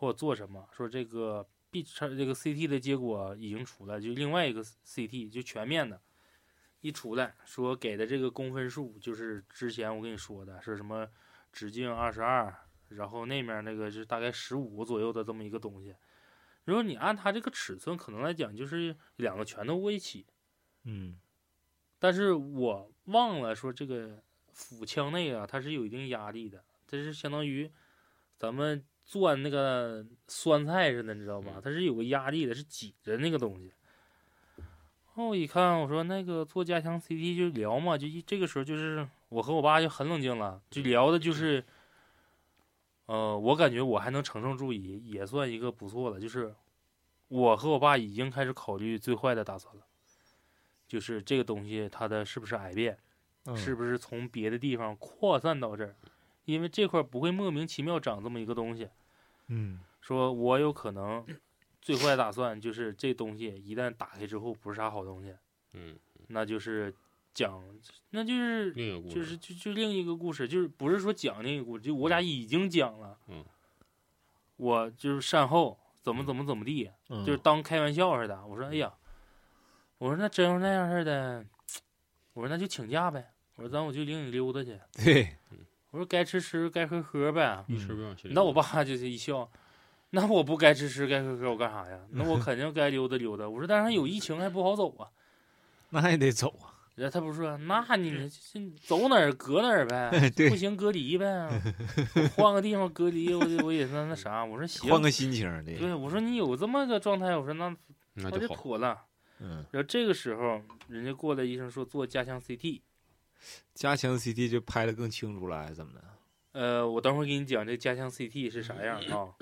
或者做什么，说这个 B 这个 CT 的结果已经出来，就另外一个 CT 就全面的，一出来说给的这个公分数就是之前我跟你说的，是什么直径22，然后那面那个是大概15左右的这么一个东西。如果你按它这个尺寸，可能来讲就是2个拳头握一起。但是我忘了说这个腹腔内啊，它是有一定压力的，这是相当于咱们攥那个酸菜似的，你知道吧？它是有个压力的，是挤着那个东西。然后我一看，我说那个做加强 CT 就聊嘛，就这个时候就是我和我爸就很冷静了，就聊的就是，我感觉我还能承受住，也算一个不错的，就是我和我爸已经开始考虑最坏的打算了。就是这个东西它的是不是癌变，是不是从别的地方扩散到这儿，因为这块不会莫名其妙长这么一个东西。说我有可能最坏打算就是这东西一旦打开之后不是啥好东西，那就是那就是另一个故事， 就另一个故事，就是不是说讲另一个故事，就我俩已经讲了，我就是善后怎么地，就是当开玩笑似的。我说哎呀。我说那真要那样似的，我说那就请假呗。我说我就领你溜达去。 对， 我说该吃吃，该喝喝呗。 一吃不让心里。 那我爸就是一笑，那我不该吃吃，该喝喝，我干啥呀？那我肯定该溜达溜达。我说但是有疫情还不好走啊， 那还得走啊。 然后他不是说，那你走哪儿隔哪儿呗，不行隔离呗，换个地方隔离，我也那啥。我说行， 换个心情。 对，我说你有这么个状态，我说那就好妥了。然后这个时候，人家过来医生说做加强 CT， 加强 CT 就拍的更清楚了，还是怎么的？ 我等会儿给你讲这加强 CT 是啥样啊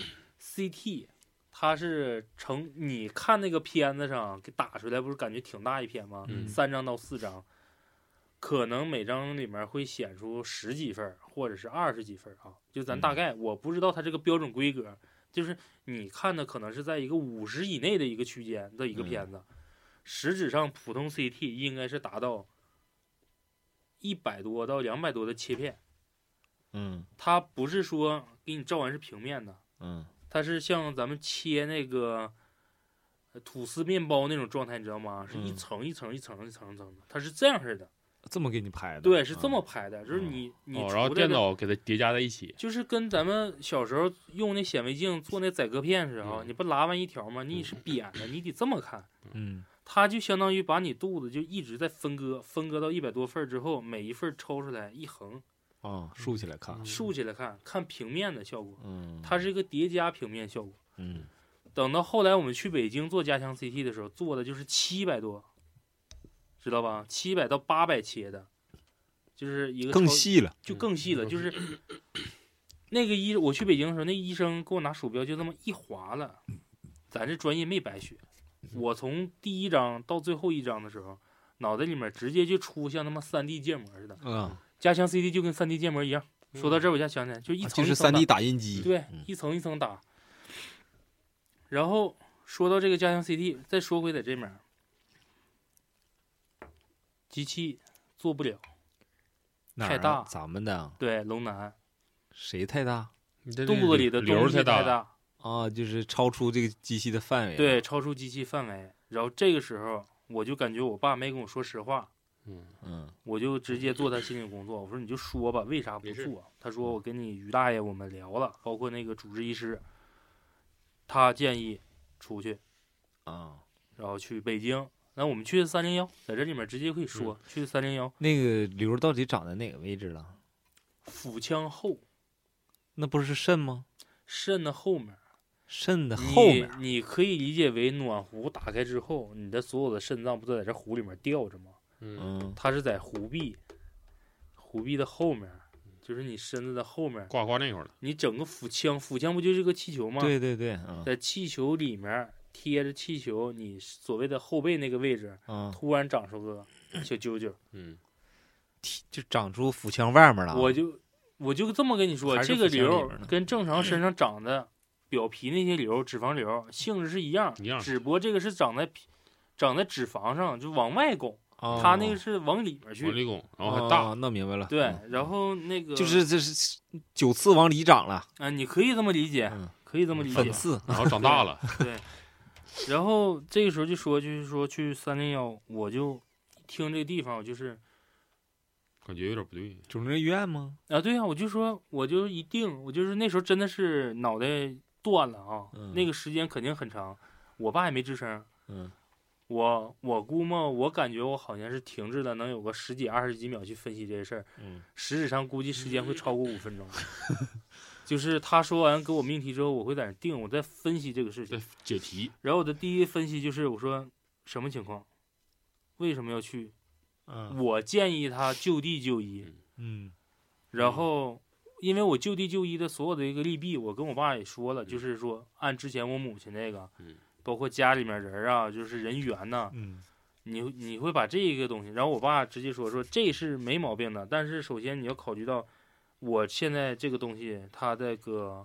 ？CT 它是你看那个片子上给打出来，不是感觉挺大一片吗？3张到4张，可能每张里面会显出10几份或者是20几份啊。就咱大概，我不知道它这个标准规格，就是你看的可能是在一个50以内的一个区间的一个片子。实质上，普通 CT 应该是达到100多到200多的切片。它不是说给你照完是平面的。它是像咱们切那个吐司面包那种状态，你知道吗？是一层一层一层一层一层的，它是这样式的。 这么给你拍的？ 对，是这么拍的，就是你然后电脑给它叠加在一起， 就是跟咱们小时候用那显微镜做那载割片时候，你不拉完一条吗？你是扁的，你得这么看。它就相当于把你肚子就一直在分割到100多份之后，每一份抽出来一横竖起来看， 看平面的效果。它是一个叠加平面效果。等到后来我们去北京做加强 CT 的时候，做的就是700多，知道吧？700到800切的，就是一个更细了， 就更细了。就是那个我去北京的时候，那医生给我拿鼠标就这么一划了，咱这专业没白学。我从第1章到最后1章的时候，脑袋里面直接就出像他妈3D 建模似的。加强 CT 就跟3D 建模一样。说到这儿我才想起来，就一层一层就是3D 打印机。 对，一层一层打。然后说到这个加强 CT， 再说回在这面，机器做不了，太大。 咱们的对，龙南。 谁太大？ 肚子里的东西太大。 就是超出这个机器的范围。 对，超出机器范围。然后这个时候，我就感觉我爸没跟我说实话。我就直接做他心理工作。我说你就说吧，为啥不做？他说我跟你于大爷我们聊了，包括那个主治医师，他建议出去然后去北京。那我们去301，在这里面直接可以说去301。那个瘤到底长在哪个位置了？ 腹腔后。 那不是肾吗？ 肾的后面。 肾的后面， 你可以理解为暖壶打开之后，你的所有的肾脏不都在这壶里面吊着吗？它是在壶壁的后面，就是你身子的后面挂那会儿了。 你整个腹腔不就是个气球吗？ 对对对， 在气球里面贴着气球，你所谓的后背那个位置，突然长出个小揪揪， 就长出腹腔外面了。 我就这么跟你说，这个瘤跟正常身上长的表皮那些瘤、脂肪瘤性质是一样，只不过这个是长在脂肪上，就往外拱，它那个是往里面去， 往里拱，然后还大。 那明白了。 对，然后那个就是这是9次往里长了啊，你可以这么理解， 可以这么理解。 粉刺， 然后长大了， 对，然后这个时候就是说去301，我就听这个地方，我就是感觉有点不对。 中正医院吗？ 啊，对啊，我就一定，我就是那时候真的是脑袋断了啊，那个时间肯定很长，我爸也没吱声，我估摸我感觉我好像是停滞了，能有个10几20几秒去分析这些事儿，实质上估计时间会超过5分钟。就是他说完给我命题之后，我会在那定，我再分析这个事情， 解题。 然后我的第一分析就是我说什么情况，为什么要去？我建议他就地就医。然后因为我就地就医的所有的一个利弊，我跟我爸也说了，就是说按之前我母亲那个，包括家里面人啊，就是人员呐，你会把这个东西，然后我爸直接说这是没毛病的，但是首先你要考虑到我现在这个东西它这个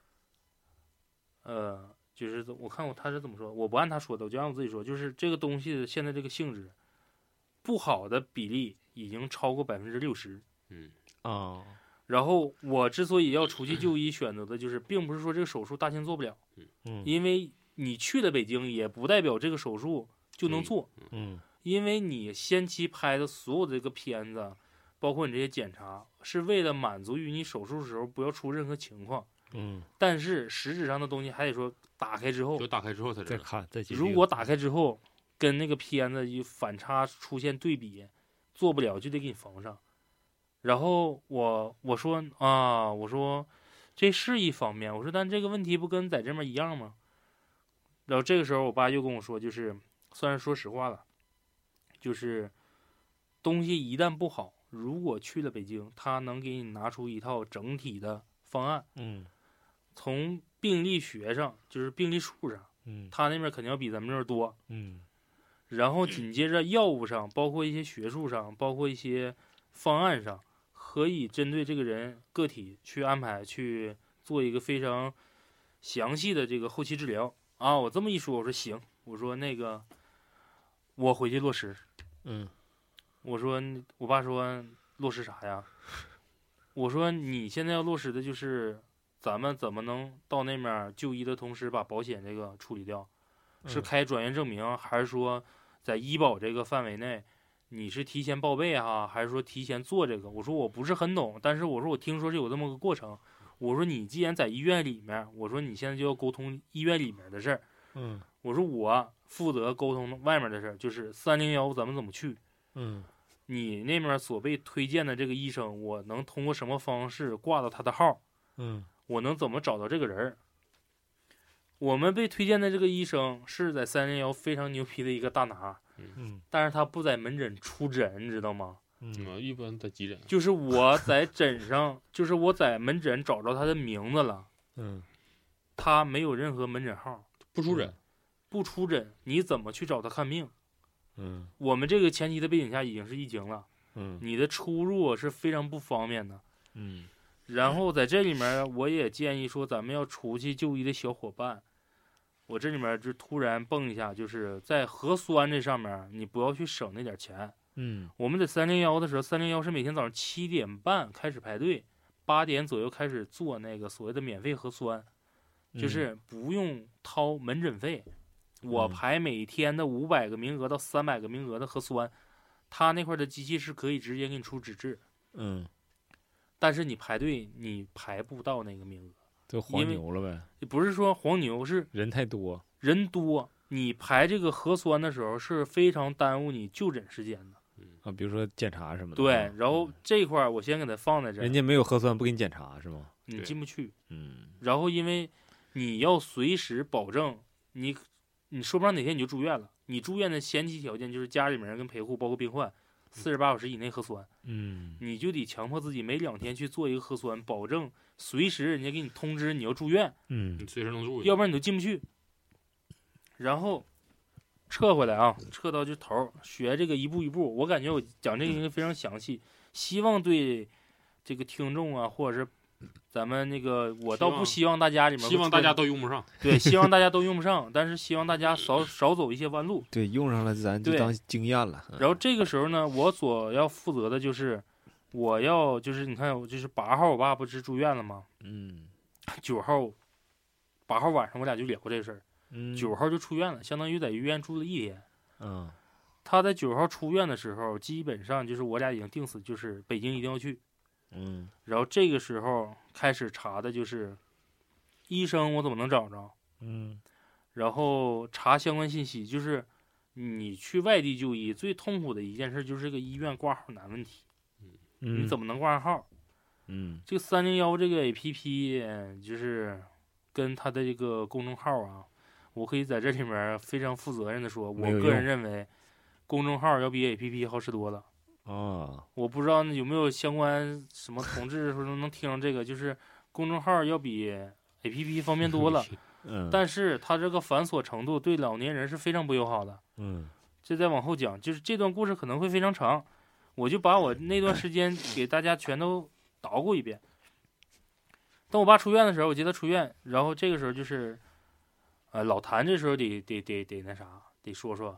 就是我看过他是怎么说，我不按他说的，我就按我自己说，就是这个东西现在这个性质不好的比例已经超过60%。然后我之所以要出去就医，选择的就是并不是说这个手术大庆做不了，因为你去了北京也不代表这个手术就能做，因为你先期拍的所有的这个片子，包括你这些检查，是为了满足于你手术时候不要出任何情况。但是实质上的东西还得说打开之后， 就打开之后才再看再如果打开之后跟那个片子一反差出现对比，做不了就得给你缝上。然后我说这是一方面，我说但这个问题不跟在这边一样吗？然后这个时候我爸又跟我说，就是算是说实话了，就是东西一旦不好，如果去了北京，他能给你拿出一套整体的方案，从病例学上，就是病例数上，他那边肯定要比咱们这儿多，然后紧接着药物上，包括一些学术上，包括一些方案上，可以针对这个人个体去安排，去做一个非常详细的这个后期治疗啊。我这么一说，我说行，我说那个我回去落实。我说我爸说落实啥呀？我说你现在要落实的就是咱们怎么能到那面就医的同时把保险这个处理掉，是开转院证明，还是说在医保这个范围内你是提前报备哈，还是说提前做这个？我说我不是很懂，但是我说我听说是有这么个过程。我说你既然在医院里面，我说你现在就要沟通医院里面的事儿。我说我负责沟通外面的事儿，就是301咱们怎么去。你那边所被推荐的这个医生，我能通过什么方式挂到他的号？我能怎么找到这个人？我们被推荐的这个医生是在301非常牛皮的一个大拿，但是他不在门诊出诊，你知道吗？ 一般在急诊。 就是我在诊上，就是我在门诊找着他的名字了，他没有任何门诊号， 不出诊， 不出诊，你怎么去找他看病？我们这个前期的背景下已经是疫情了，你的出入是非常不方便的，然后在这里面，我也建议说，咱们要出去就医的小伙伴，我这里面就突然蹦一下，就是在核酸这上面，你不要去省那点钱。我们在301的时候，301是每天早上7点半开始排队，8点左右开始做那个所谓的免费核酸，就是不用掏门诊费。我排每天的500个名额到300个名额的核酸，他那块的机器是可以直接给你出纸质。但是你排队，你排不到那个名额， 就黄牛了呗。 不是说黄牛，是人太多， 人多，你排这个核酸的时候是非常耽误你就诊时间的。 比如说检查什么的。 对，然后这块儿我先给它放在这儿。 人家没有核酸不给你检查是吗？ 你进不去。然后因为你要随时保证你说不上哪天你就住院了，你住院的前期条件就是家里面人跟陪护包括病患48小时以内核酸。你就得强迫自己每2天去做一个核酸，保证随时人家给你通知你要住院。 你随时能住， 要不然你都进不去。然后撤回来啊，撤到这头，学这个一步一步。我感觉我讲这个应该非常详细，希望对这个听众啊，或者是咱们那个，我倒不希望大家里面， 希望大家都用不上。 对，希望大家都用不上，但是希望大家少走一些弯路。 对，用上了咱就当经验了。 然后这个时候呢，我所要负责的就是，我要就是你看，就是8号我爸不是住院了吗？9号 8号晚上我俩就聊这事儿，9号就出院了，相当于在医院住了1天。他在9号出院的时候，基本上就是我俩已经定死，就是北京一定要去。然后这个时候开始查的就是医生我怎么能找着，然后查相关信息，就是你去外地就医最痛苦的一件事就是这个医院挂号难问题，你怎么能挂上号？这个301这个 APP 就是跟他的这个公众号啊，我可以在这里面非常负责任的说，我个人认为公众号要比 APP 好使多了。我不知道有没有相关什么同志说能听这个，就是公众号要比 APP 方便多了。但是它这个繁琐程度对老年人是非常不友好的。这再往后讲，就是这段故事可能会非常长，我就把我那段时间给大家全都捣鼓一遍。等我爸出院的时候，我接他出院，然后这个时候就是，老谭这时候得那啥，得说说，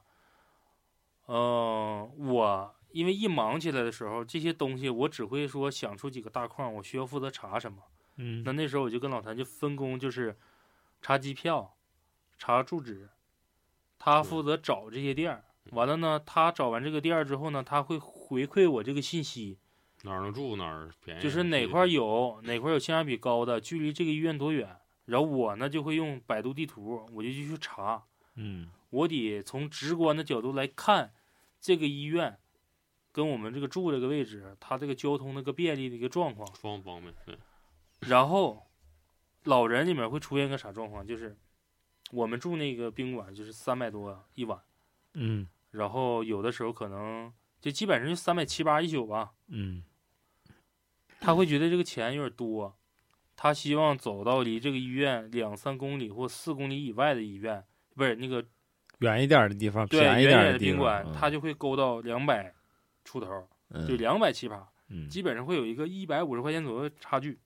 我因为一忙起来的时候，这些东西我只会说想出几个大框，我需要负责查什么。那时候我就跟老谭就分工，就是查机票，查住址，他负责找这些店儿。完了呢，他找完这个店儿之后呢，他会回馈我这个信息， 哪儿能住哪儿便宜， 就是哪块有性价比高的，距离这个医院多远。然后我呢就会用百度地图，我就去查。我得从直观的角度来看这个医院跟我们这个住这个位置，它这个交通那个便利的一个状况方便。对。 然后老人里面会出现个啥状况，就是我们住那个宾馆就是300多一晚，然后有的时候可能就基本上就370、8一宿吧，他会觉得这个钱有点多，他希望走到离这个医院2、3公里或4公里以外的医院，不是那个远一点的地方， 对， 便宜点的宾馆，他就会勾到200出头，就270，基本上会有一个150块钱左右的差距。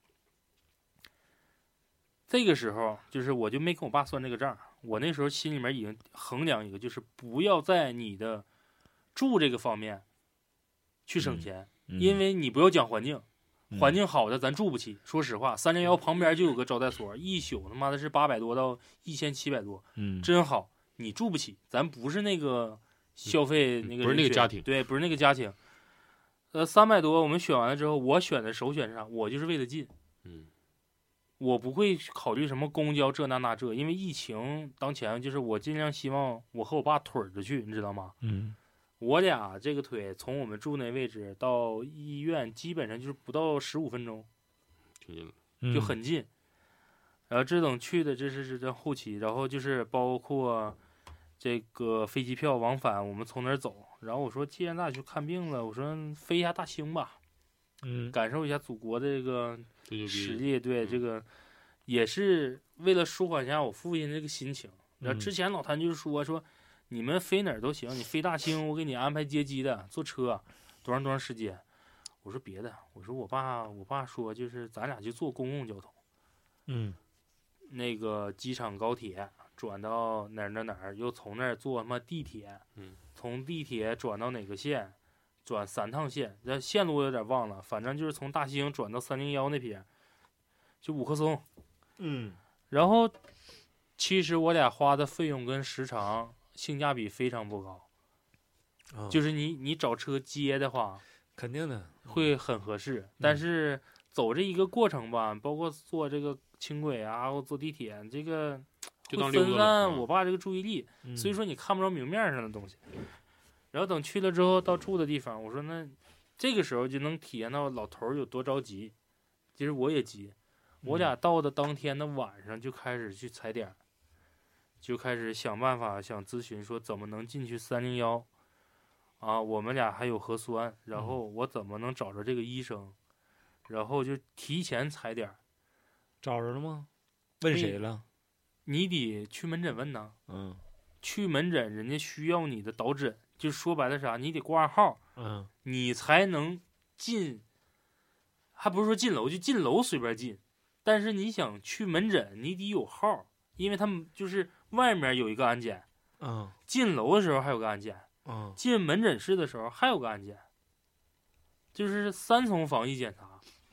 这个时候就是我就没跟我爸算这个账，我那时候心里面已经衡量一个，就是不要在你的住这个方面去省钱，因为你不要讲环境，环境好的咱住不起。说实话，301旁边就有个招待所，一宿他妈的是800多到1700多，真好，你住不起，咱不是那个消费那个， 不是那个家庭， 对，不是那个家庭。300多我们选完了之后，我选的首选是啥？我就是为了近，我不会考虑什么公交这那这，因为疫情当前，就是我尽量希望我和我爸腿着去，你知道吗？我俩这个腿从我们住那位置到医院基本上就是不到15分钟，就很近。然后这等去的这是这后期，然后就是包括这个飞机票往返，我们从哪儿走？然后我说，既然咱俩去看病了，我说飞一下大兴吧，感受一下祖国的这个实力。对，这个也是为了舒缓一下我父亲这个心情。然后之前老谭就是说你们飞哪儿都行，你飞大兴我给你安排接机的，坐车多长时间。我说别的，我说我爸说就是咱俩就坐公共交通，那个机场高铁转到哪儿，又从那儿坐他妈地铁，从地铁转到哪个线，转3趟线，这线路我有点忘了，反正就是从大兴转到301那边，就5棵松，然后其实我俩花的费用跟时长性价比非常不高，就是你找车接的话， 肯定的会很合适，但是走这一个过程吧，包括坐这个轻轨啊，或坐地铁，这个会分散我爸这个注意力，所以说你看不着明面上的东西。然后等去了之后到住的地方，我说那这个时候就能体验到老头有多着急，其实我也急。我俩到的当天的晚上就开始去踩点，就开始想办法想咨询说怎么能进去301啊，我们俩还有核酸，然后我怎么能找着这个医生，然后就提前踩点。 找着了吗？问谁了？ 你得去门诊问呐。去门诊人家需要你的导诊，就说白了啥，你得挂号，你才能进，还不是说进楼，就进楼随便进，但是你想去门诊你得有号，因为他们就是外面有一个安检，进楼的时候还有个安检，进门诊室的时候还有个安检，就是3重防疫检查。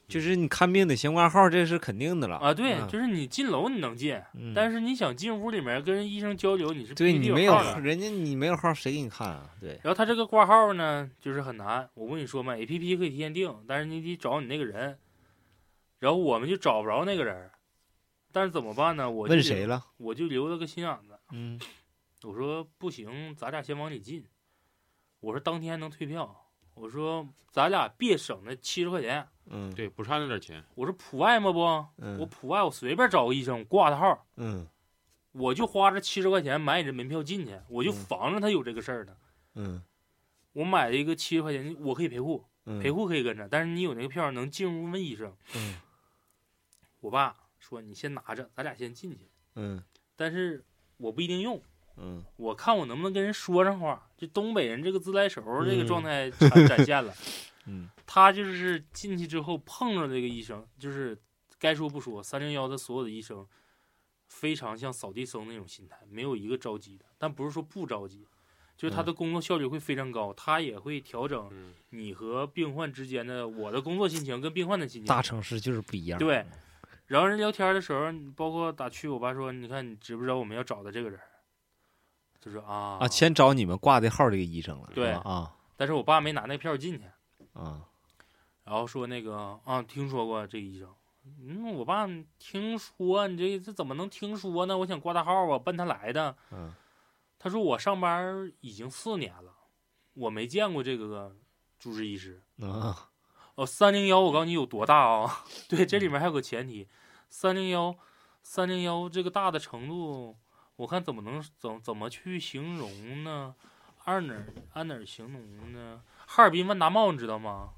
就是你看病得先挂号，这是肯定的了啊。对，就是你进楼你能进，但是你想进屋里面跟人医生交流，你是对你没有人家你没有号，谁给你看啊？对。 然后他这个挂号呢，就是很难。我跟你说嘛 ，APP 可以提前订，但是你得找你那个人。然后我们就找不着那个人，但是怎么办呢？我就问谁了？ 我就留了个心眼子。我说不行，咱俩先往里进。我说当天还能退票。我说咱俩别省那70块钱。 对，不差那点钱。 我说普外嘛不，我普外我随便找个医生，我挂他号。我就花这70块钱买你这门票进去，我就防着他有这个事儿呢。我买了一个70块钱，我可以陪护，陪护可以跟着，但是你有那个票能进屋问医生。我爸说你先拿着，咱俩先进去。但是我不一定用。我看我能不能跟人说上话，就东北人这个自来熟这个状态展现了。他就是进去之后碰着这个医生，就是该说不说，301的所有的医生非常像扫地僧那种心态，没有一个着急的，但不是说不着急，就是他的工作效率会非常高，他也会调整你和病患之间的我的工作心情跟病患的心情。 大城市就是不一样。 对，然后人聊天的时候，包括打趣，我爸说：“你看，你知不知道我们要找的这个人？”就说先找你们挂的号这个医生了。 对啊， 但是我爸没拿那票进去。 然后说那个听说过这个医生。我爸听说你这怎么能听说呢？我想挂他号啊，奔他来的。他说我上班已经4年了，我没见过这个主治医师。301，我告诉你有多大啊？对，这里面还有个前提，301这个大的程度，我看怎么去形容呢？按哪儿形容呢？哈尔滨万达茂你知道吗？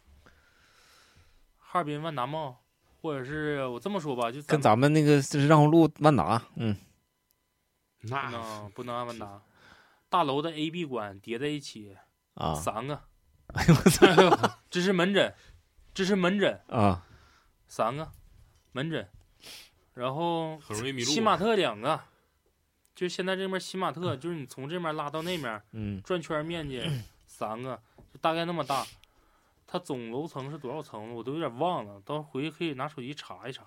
哈尔滨万达茂，或者是我这么说吧，就跟咱们那个是让红路万达， 那不能按万达，大楼的 A、B 馆叠在一起3个， 哎呦我操， 这是门诊啊 ，3个门诊，然后很容易迷路。 新玛特2个，就是现在这边新玛特，就是你从这边拉到那边，转圈面积3个，就大概那么大。它总楼层是多少层我都有点忘了，到时候回去可以拿手机查一查。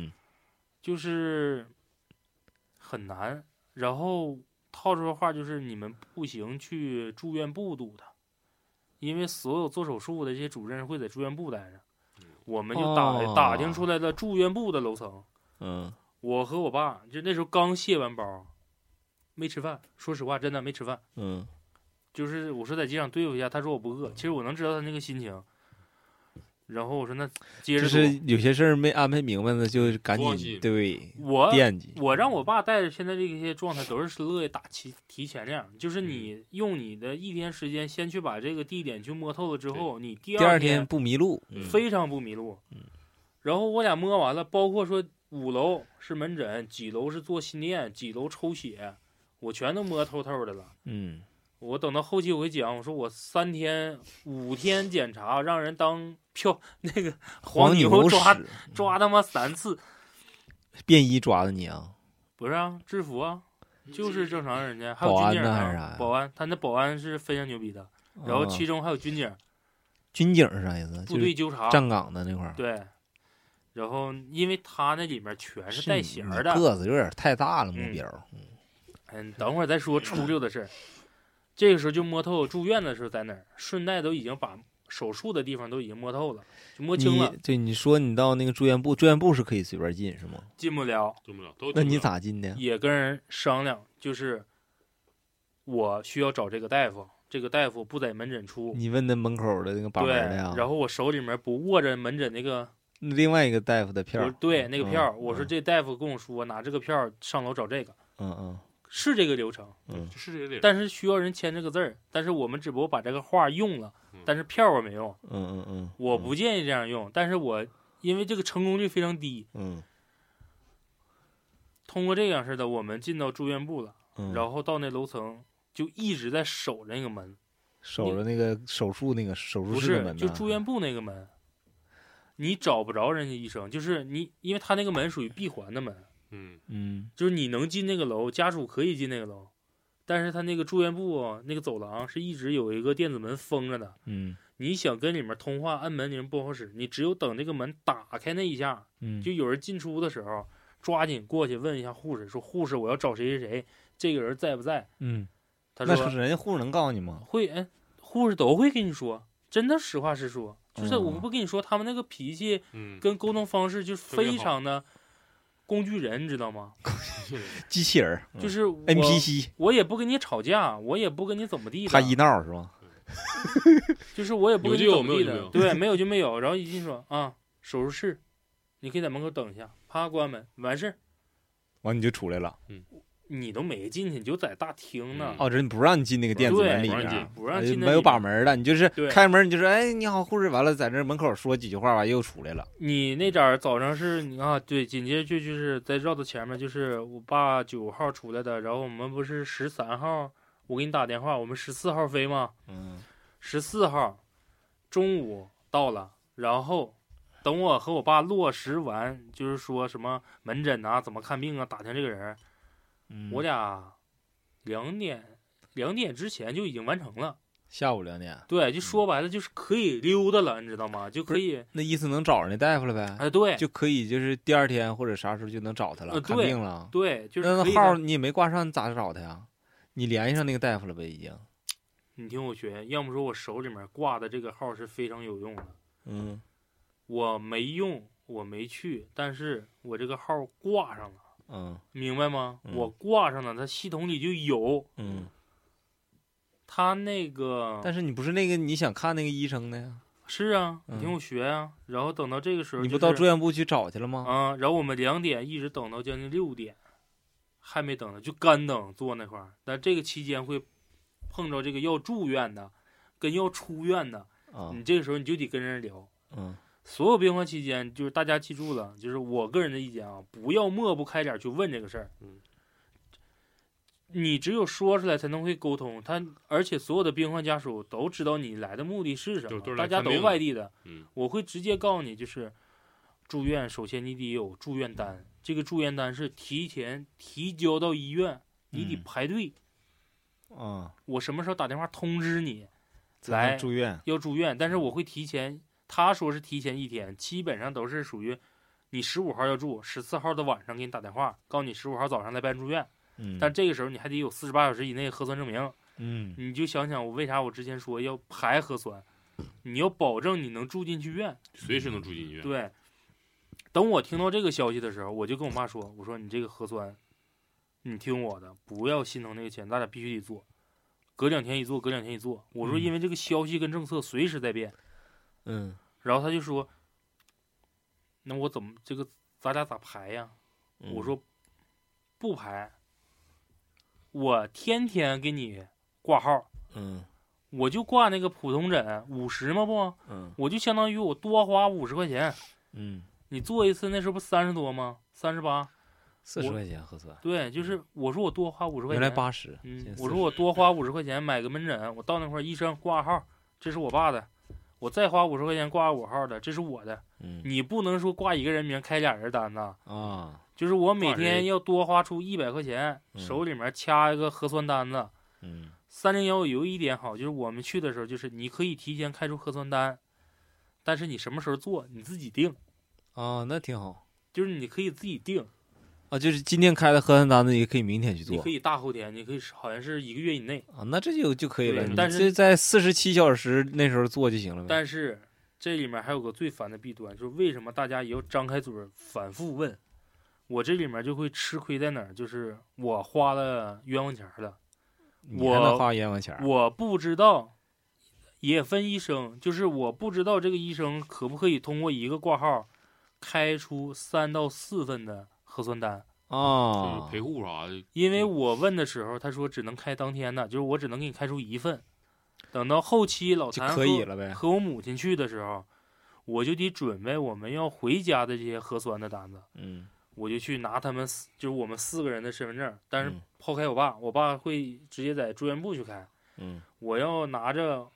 就是很难。然后套出的话就是你们不行去住院部堵它，因为所有做手术的这些主任会在住院部待着。我们就打听出来了住院部的楼层。我和我爸就那时候刚卸完包，没吃饭，说实话真的没吃饭。就是我说在机场对付一下，他说我不饿，其实我能知道他那个心情。然后我说那接着就是有些事儿没安排明白呢，就赶紧对惦记。 我让我爸带着现在这些状态都是乐意提前这样，就是你用你的1天时间先去把这个地点去摸透了之后，你第二天不迷路， 非常不迷路。然后我俩摸完了，包括说5楼是门诊，几楼是做心电，几楼抽血，我全都摸透透的了。我等到后期我会讲，我说我5天检查，让人当那个黄牛抓他妈3次， 便衣抓的你啊？ 不是啊，制服啊，就是正常人家还有军警呢，保安，他那保安是非常牛逼的，然后其中还有军警。 军警是啥意思？ 部队纠察站岗的那块儿。 对，然后因为他那里面全是带衔的， 个子有点太大了，目标。 等会儿再说出溜的事儿。这个时候就摸透住院的时候在哪儿，顺带都已经把手术的地方都已经摸透了，就摸清了。 对，你说你到那个住院部是可以随便进是吗？ 进不了， 那你咋进的？ 也跟人商量，就是我需要找这个大夫，这个大夫不在门诊出。 你问那门口的那个把门的呀？ 然后我手里面不握着门诊那个另外一个大夫的票。 对，那个票，我说这大夫跟我说拿这个票上楼找这个。是这个流程， 是这个流程， 但是需要人签这个字儿，但是我们只不过把这个话用了，但是票我没用，我不建议这样用，但是我因为这个成功率非常低，通过这样式的，我们进到住院部了，然后到那楼层就一直在守着那个门， 守着那个手术室的门， 就住院部那个门，你找不着人家医生，就是你，因为他那个门属于闭环的门。就是你能进那个楼，家属可以进那个楼，但是他那个住院部那个走廊是一直有一个电子门封着的。 你想跟里面通话，按门铃拨号室，你只有等这个门打开那一下，就有人进出的时候，抓紧过去问一下护士，说护士我要找谁谁谁，这个人在不在？他说那人家护士能告诉你吗？ 会，护士都会跟你说，真的实话实说，就是我不跟你说，他们那个脾气跟沟通方式就非常的工具人，你知道吗？ 机器人就是 NPC， 我也不跟你吵架，我也不跟你怎么地的， 他医闹是吧？ 就是我也不跟你怎么地的， 有对，没有就没有。然后一进说啊，手术室，你可以在门口等一下，啪关门，完事儿， 完你就出来了。 你都没进去，你就在大厅呢。 哦，人不让你进那个电子门里面， 不让进， 没有把门的，你就是开门，你就说哎你好护士，完了在那门口说几句话，完又出来了。 你那点早上是你啊，对，紧接着就是在绕到前面，就是我爸9号出来的，然后我们不是13号，我给你打电话，我们14号飞吗？14号中午到了，然后等我和我爸落实完，就是说什么门诊啊，怎么看病啊，打听这个人。我俩2点之前就已经完成了， 下午2点。 对，就说白了就是可以溜达了，你知道吗？就可以， 那意思能找着那大夫了呗？ 对， 就可以就是第2天或者啥时候就能找他了，看病了。 对，就是那号你也没挂上，你咋找他呀？你联系上那个大夫了呗？已经。 你听我学，要么说我手里面挂的这个号是非常有用的。我没用，我没去，但是我这个号挂上了。明白吗？我挂上了，它系统里就有。他那个， 但是你不是那个你想看那个医生的呀？ 是啊，你听我学呀。然后等到这个时候， 你不到住院部去找去了吗？ 然后我们2点一直等到将近6点，还没等呢，就干等坐那块儿。但这个期间会碰着这个要住院的，跟要出院的，你这个时候你就得跟人聊。所有病患期间，就是大家记住了，就是我个人的意见啊，不要抹不开脸去问这个事儿。你只有说出来才能会沟通。而且所有的病患家属都知道你来的目的是什么，大家都外地的。我会直接告诉你，就是住院，首先你得有住院单，这个住院单是提前提交到医院，你得排队。我什么时候打电话通知你来住院？ 要住院，但是我会提前。他说是提前1天，基本上都是属于你15号要住，14号的晚上给你打电话，告诉你15号早上来办住院。但这个时候你还得有48小时以内核酸证明。你就想想我为啥我之前说要排核酸，你要保证你能住进去院， 随时能住进医院。 对。等我听到这个消息的时候，我就跟我妈说，我说你这个核酸，你听我的，不要心疼那个钱，咱俩必须得做，隔2天一做，隔2天一做。我说因为这个消息跟政策随时在变。然后他就说，那我怎么这个咱俩咋排呀？我说不排，我天天给你挂号，我就挂那个普通诊50吗不？我就相当于我多花50块钱，你做一次那时候不30多吗？38、 40块钱核酸。 对，就是我说我多花50块钱， 原来80， 我说我多花50块钱买个门诊，我到那块儿医生挂号，这是我爸的。我再花50块钱挂5号的，这是我的。你不能说挂一个人名开2人单呐。就是我每天要多花出100块钱，手里面掐一个核酸单子。301有一点好，就是我们去的时候，就是你可以提前开出核酸单，但是你什么时候做你自己定。 那挺好。 就是你可以自己定。 就是今天开的核酸单子也可以明天去做， 你可以大后天，你可以好像是1个月以内那这就可以了。 但是在47小时那时候做就行了呗。 但是这里面还有个最烦的弊端，就是为什么大家也要张开嘴反复问？我这里面就会吃亏在哪儿？就是我花了冤枉钱了， 你还能花冤枉钱？ 我不知道，也分医生，就是我不知道这个医生可不可以通过一个挂号开出3到4份的核酸单就是陪护啥的。 因为我问的时候，他说只能开当天的，就是我只能给你开出1份。等到后期老谭和我母亲去的时候，我就得准备我们要回家的这些核酸的单子。我就去拿他们就是我们4个人的身份证，但是抛开我爸会直接在住院部去开。我要拿着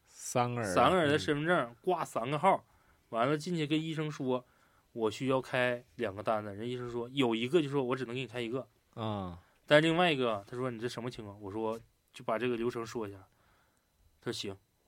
3个人的身份证挂3个号，完了进去跟医生说。我需要开2个单子，人医生说有一个就说我只能给你开1个但另外一个他说你这什么情况？我说就把这个流程说一下。他说行，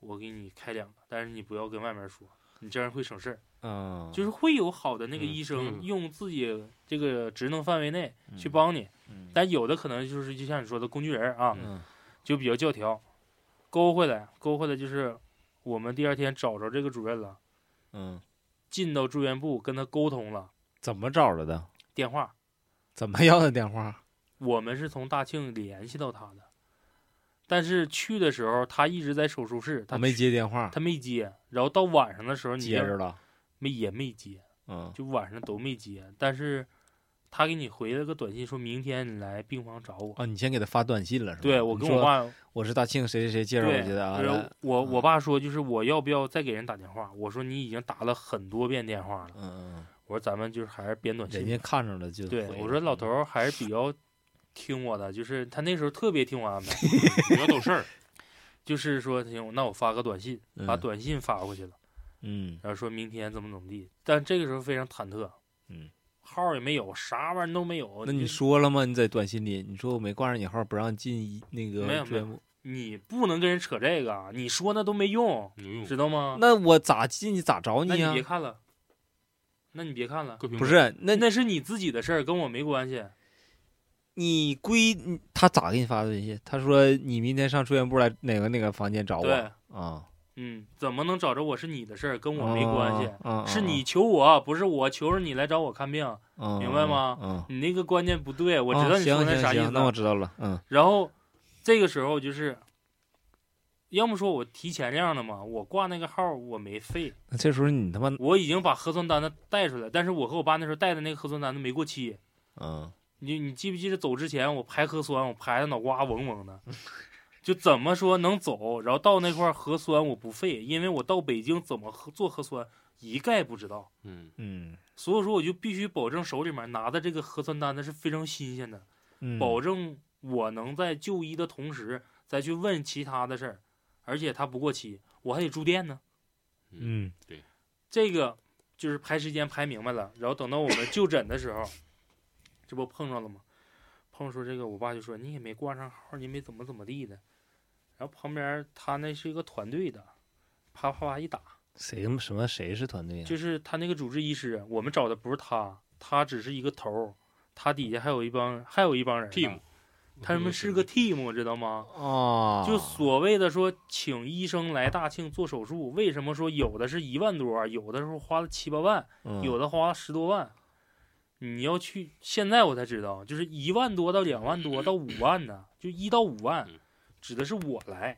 我给你开2个，但是你不要跟外面说，你这样会省事儿。 就是会有好的那个医生用自己这个职能范围内去帮你，但有的可能就是就像你说的工具人啊，就比较教条，勾回来就是我们第2天找着这个主任了，进到住院部跟他沟通了。 怎么找着的？ 电话。 怎么要的电话？ 我们是从大庆联系到他的，但是去的时候他一直在手术室，他没接电话， 他没接，然后到晚上的时候你接着了， 没接，就晚上都没接，但是他给你回了个短信，说明天你来病房找我。 你先给他发短信了是吧？ 对，我跟我爸， 我是大庆谁谁谁介绍我去的啊。 我爸说就是我要不要再给人打电话？我说你已经打了很多遍电话了。我说咱们就是还是编短信。 人家看着了就对，我说老头还是比较听我的，就是他那时候特别听我安排， 比较懂事儿。 就是说行，那我发个短信，把短信发过去了。然后说明天怎么地，但这个时候非常忐忑，号也没有，啥玩意儿都没有。 那你说了吗？你在短信里你说我没挂上你号，不让进那个没有，你不能跟人扯这个，你说那都没用，知道吗？ 那我咋进去咋找你啊？ 那你别看了， 不是那是你自己的事儿，跟我没关系。 你他咋给你发的短信？他说你明天上住院部来哪个房间找我。 对啊。 怎么能找着我是你的事儿，跟我没关系。是你求我，不是我求着你来找我看病，明白吗？你那个观念不对，我知道你说那啥意思。 那我知道了。 然后这个时候就是，要么说我提前这样的嘛，我挂那个号我没废。 那这时候你他妈， 我已经把核酸单子带出来，但是我和我爸那时候带的那个核酸单子没过期。你记不记得走之前我排核酸，我排的脑瓜嗡嗡的。就怎么说能走，然后到那块核酸我不废，因为我到北京怎么做核酸一概不知道。所以说我就必须保证手里面拿的这个核酸单子是非常新鲜的，保证我能在就医的同时再去问其他的事儿，而且它不过期，我还得住店呢。 对， 这个就是排时间排明白了，然后等到我们就诊的时候，这不碰上了吗？碰说这个，我爸就说你也没挂上号，你没怎么地的。然后旁边他那是一个团队的，啪啪啪一打， 谁是团队啊？ 就是他那个主治医师，我们找的不是他，他只是一个头，他底下还有一帮人 team， 他们是个 team， 知道吗？就所谓的说请医生来大庆做手术，为什么说有的是1万多，有的时候花了7、8万，有的花了10多万？你要去，现在我才知道，就是1万多到2万多到5万的，就1到5万。指的是我来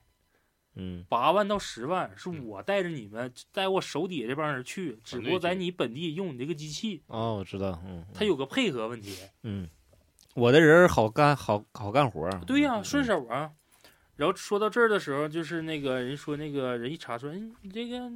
，8万到10万是我带着你们，在我手底下这帮人去，只不过在你本地用你这个机器。 我知道， 他有个配合问题。 我的人好干活。 对呀，顺手啊。然后说到这儿的时候，就是那个人说，那个人一查说，你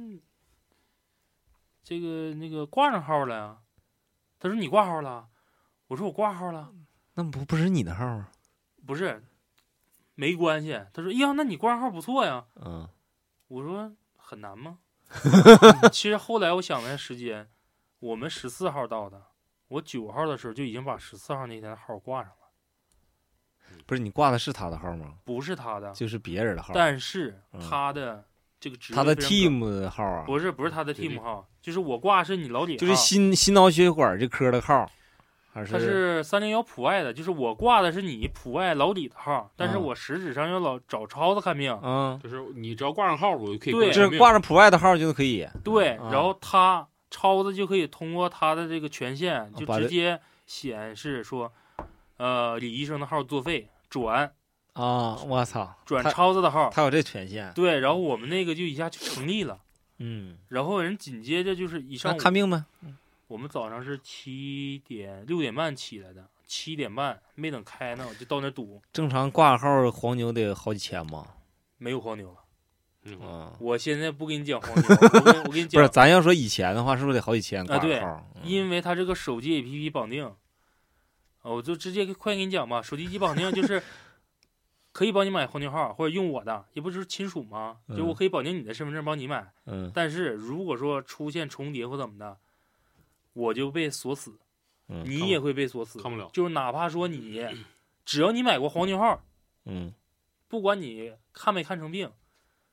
这个挂上号了呀？他说你挂号了？我说我挂号了。 那不是你的号啊？ 不是。没关系，他说：“哎呀，那你挂号不错呀。”我说：“很难吗？”其实后来我想了下时间，我们14号到的，我9号的时候就已经把14号那天的号挂上了。 不是你挂的是他的号吗？ 不是他的， 就是别人的号。 但是他的这个职位他的 team 的号啊？ 不是他的 team 号，就是我挂是你老李号， 就是心脑血管这科的号。 他是301普外的，就是我挂的是你普外老李的号，但是我实质上要找超子看病。 就是你只要挂上号，我就可以。 对， 就是挂上普外的号就可以。 对，然后他超子就可以通过他的这个权限，就直接显示说，李医生的号作废，转。 我操！ 转超子的号， 他有这权限。 对，然后我们那个就一下就成立了。然后人紧接着就是一上午看病呗。 我们早上是6点半起来的，7点半没等开呢，我就到那堵。 正常挂号黄牛得好几千吗？ 没有黄牛了。我现在不跟你讲黄牛，我跟你讲， 不是，咱要说以前的话，是不是得好几千挂号？ 对，因为他这个手机 APP 绑定，我就直接快跟你讲吧，手机绑定就是可以帮你买黄牛号，或者用我的，也不就是亲属吗？就我可以绑定你的身份证帮你买。但是如果说出现重叠或怎么的，我就被锁死，你也会被锁死， 看不了。 就是哪怕说你，只要你买过黄牛号，不管你看没看成病，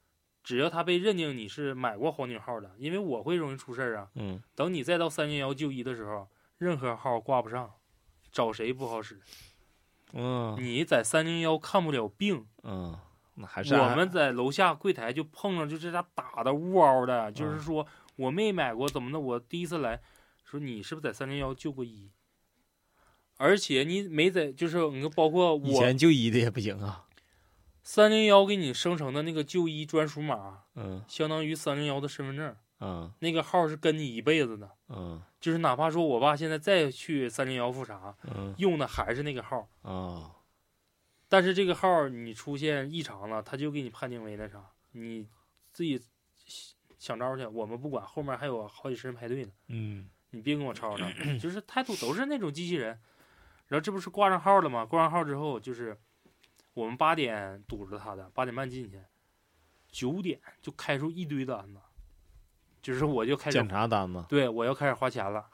只要他被认定你是买过黄金号的，因为我会容易出事儿啊。等你再到311就医的时候，任何号挂不上，找谁不好使。你在301看不了病。 那还是我们在楼下柜台就碰上，就这家打的呜嗷的，就是说我没买过怎么的，我第一次来，说你是不是在301就过医？而且你没在，就是你包括我以前就医的也不行啊。 301给你生成的那个就医专属码，相当于301的身份证，那个号是跟你一辈子的，就是哪怕说我爸现在再去301复查，用的还是那个号，但是这个号你出现异常了，他就给你判定为那啥，你自己想招去，我们不管，后面还有好几十人排队呢，你别跟我吵吵，就是态度都是那种机器人。然后这不是挂上号了吗？挂上号之后，就是我们8点堵着他的，8点半进去，9点就开出一堆单子，就是我就开始检查单子， 对，我要开始花钱了。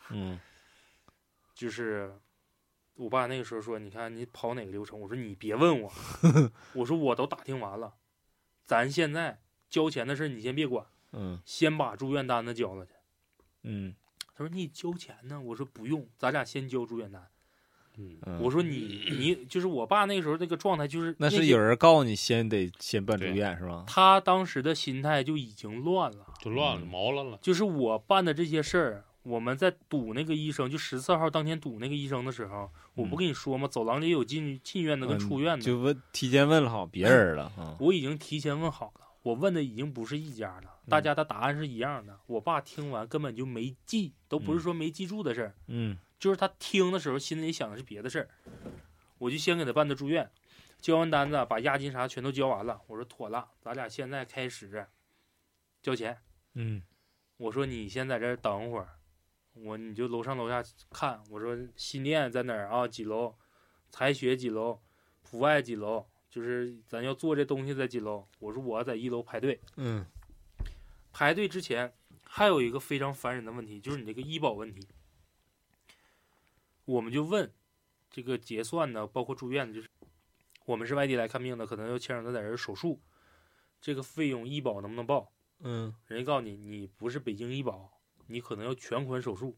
就是我爸那个时候说，你看你跑哪个流程？我说你别问我，我说我都打听完了，咱现在交钱的事你先别管，先把住院单子交了去。他说你交钱呢？我说不用，咱俩先交住院单。我说你就是我爸那个时候那个状态，就是那是有人告诉你先办住院是吧？ 他当时的心态就已经乱了， 就乱了，毛了。 就是我办的这些事儿，我们在堵那个医生，就14号当天堵那个医生的时候，我不跟你说吗？走廊里有进院的跟出院的， 就提前问好别人了。 我已经提前问好了，我问的已经不是一家了，大家的答案是一样的。我爸听完根本就没记，都不是说没记住的事儿。就是他听的时候心里想的是别的事儿，我就先给他办的住院，交完单子把押金啥全都交完了，我说妥了，咱俩现在开始交钱。我说你先在这儿等会儿，你就楼上楼下看，我说新店在哪儿啊？几楼？财学几楼？普外几楼？就是咱要做这东西在几楼？我说我在1楼排队。排队之前还有一个非常烦人的问题，就是你这个医保问题。我们就问这个结算的，包括住院的，就是我们是外地来看病的，可能要牵扯到点人手术，这个费用医保能不能报？人家告诉你，你不是北京医保，你可能要全款手术。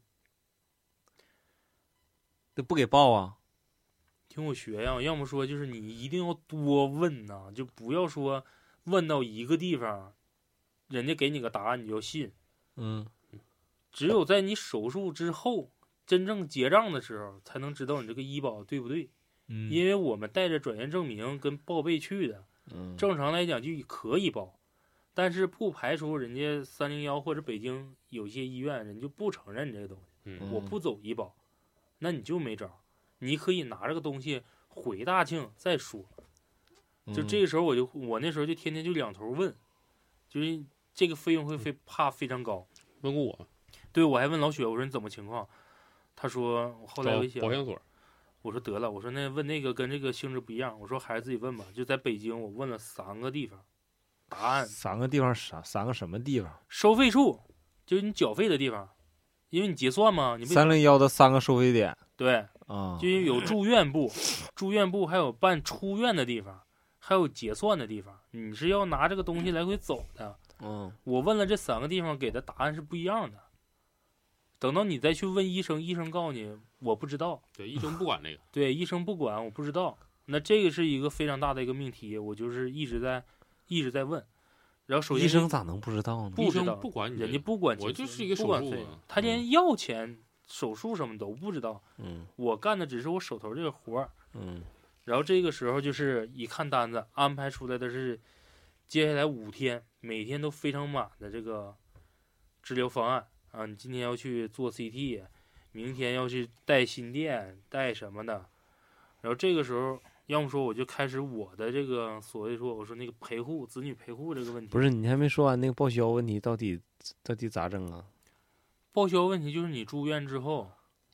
这不给报啊？ 听我学呀，要么说就是你一定要多问呐，就不要说问到一个地方，人家给你个答案你就信。只有在你手术之后。真正结账的时候才能知道你这个医保对不对，因为我们带着转院证明跟报备去的，正常来讲就可以报，但是不排除人家301或者北京有些医院人就不承认这个东西，我不走医保，那你就没招，你可以拿这个东西回大庆再说。就这个时候我那时候就天天就两头问，就是这个费用会怕非常高。 问过我， 对，我还问老雪，我说你怎么情况？他说后来我一想， 保险所。 我说得了，我说那问那个跟这个性质不一样，我说还是自己问吧。就在北京，我问了3个地方，答案 3个地方3个什么地方？ 收费处，就是你缴费的地方，因为你结算嘛。你 301的3个收费点。 对就是有住院部，住院部还有办出院的地方，还有结算的地方。你是要拿这个东西来回走的。我问了这3个地方，给的答案是不一样的。等到你再去问医生，医生告诉你我不知道。 对，医生不管这个。 对，医生不管，我不知道。那这个是一个非常大的一个命题，我就是一直在问。然后首先医生咋能不知道呢？ 不知道， 不管你， 人家不管， 我就是一个手术， 他连要钱、手术什么都不知道。我干的只是我手头这个活儿。然后这个时候就是一看单子，安排出来的是接下来5天，每天都非常满的这个治疗方案。你今天要去做 CT， 明天要去带心电，带什么的。然后这个时候，要么说我就开始我的这个所谓说，我说那个陪护子女陪护这个问题。 不是，你还没说完那个报销问题，到底咋整啊？ 报销问题就是你住院之后，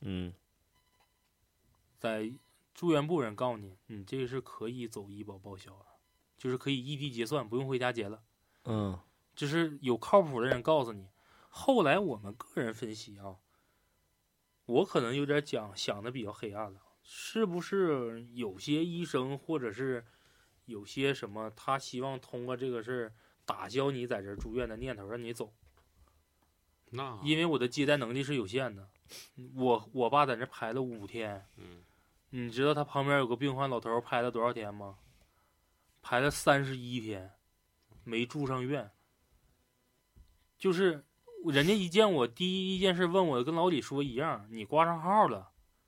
在住院部人告诉你，你这个是可以走医保报销了，就是可以异地结算，不用回家结了。就是有靠谱的人告诉你。后来我们个人分析啊，我可能有点想的比较黑暗了，是不是有些医生或者是有些什么，他希望通过这个事儿打消你在这儿住院的念头，让你走。 那因为我的接待能力是有限的，我爸在那排了5天，你知道他旁边有个病患老头排了多少天吗？排了31天，没住上院。就是人家一见我，第一件事问我，跟老李说一样，你挂上号了，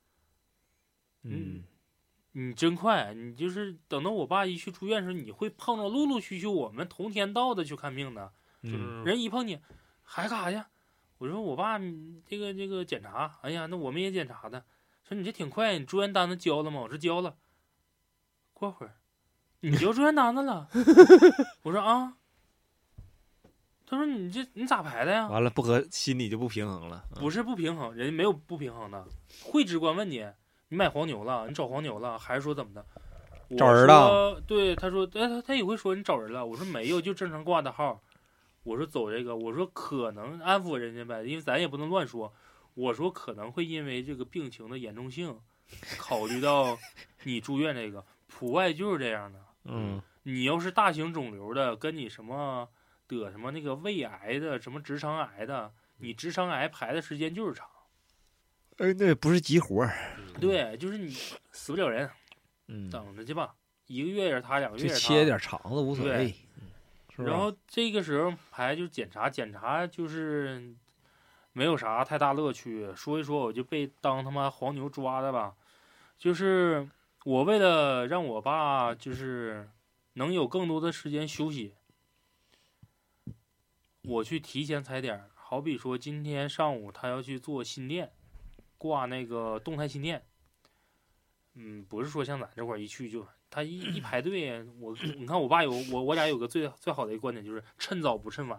你真快，你就是等到我爸一去住院时，你会碰到陆陆续续我们同天到的去看病的， 就是人一碰你还干啥去？我说我爸这个检查，哎呀，那我们也检查的。说你这挺快，你住院单子交了吗？我说交了。过会儿，你交住院单子了？我说啊。他说你咋排的呀？ 完了心里就不平衡了。 不是不平衡，人家没有不平衡的。会直观问你买黄牛了，你找黄牛了，还是说怎么的？ 找人了？ 对，他说他也会说你找人了。我说没有，就正常挂的号。我说走这个，我说可能安抚人家呗，因为咱也不能乱说。我说可能会因为这个病情的严重性，考虑到你住院这个，普外就是这样的。你要是大型肿瘤的，跟你什么得什么那个胃癌的，什么直肠癌的，你直肠癌排的时间就是长。 那不是急活对，就是你死不了人，等着去吧，1个月也是他，2个月也是他， 就切点肠子无所谓。 然后这个时候排就是检查就是没有啥太大乐趣，说一说我就被当他妈黄牛抓的吧。就是我为了让我爸就是能有更多的时间休息，我去提前踩点，好比说今天上午他要去做心电，挂那个动态心电。不是说像咱这块一去就他一排队，你看我爸我俩有个最好的一个观点，就是趁早不趁晚。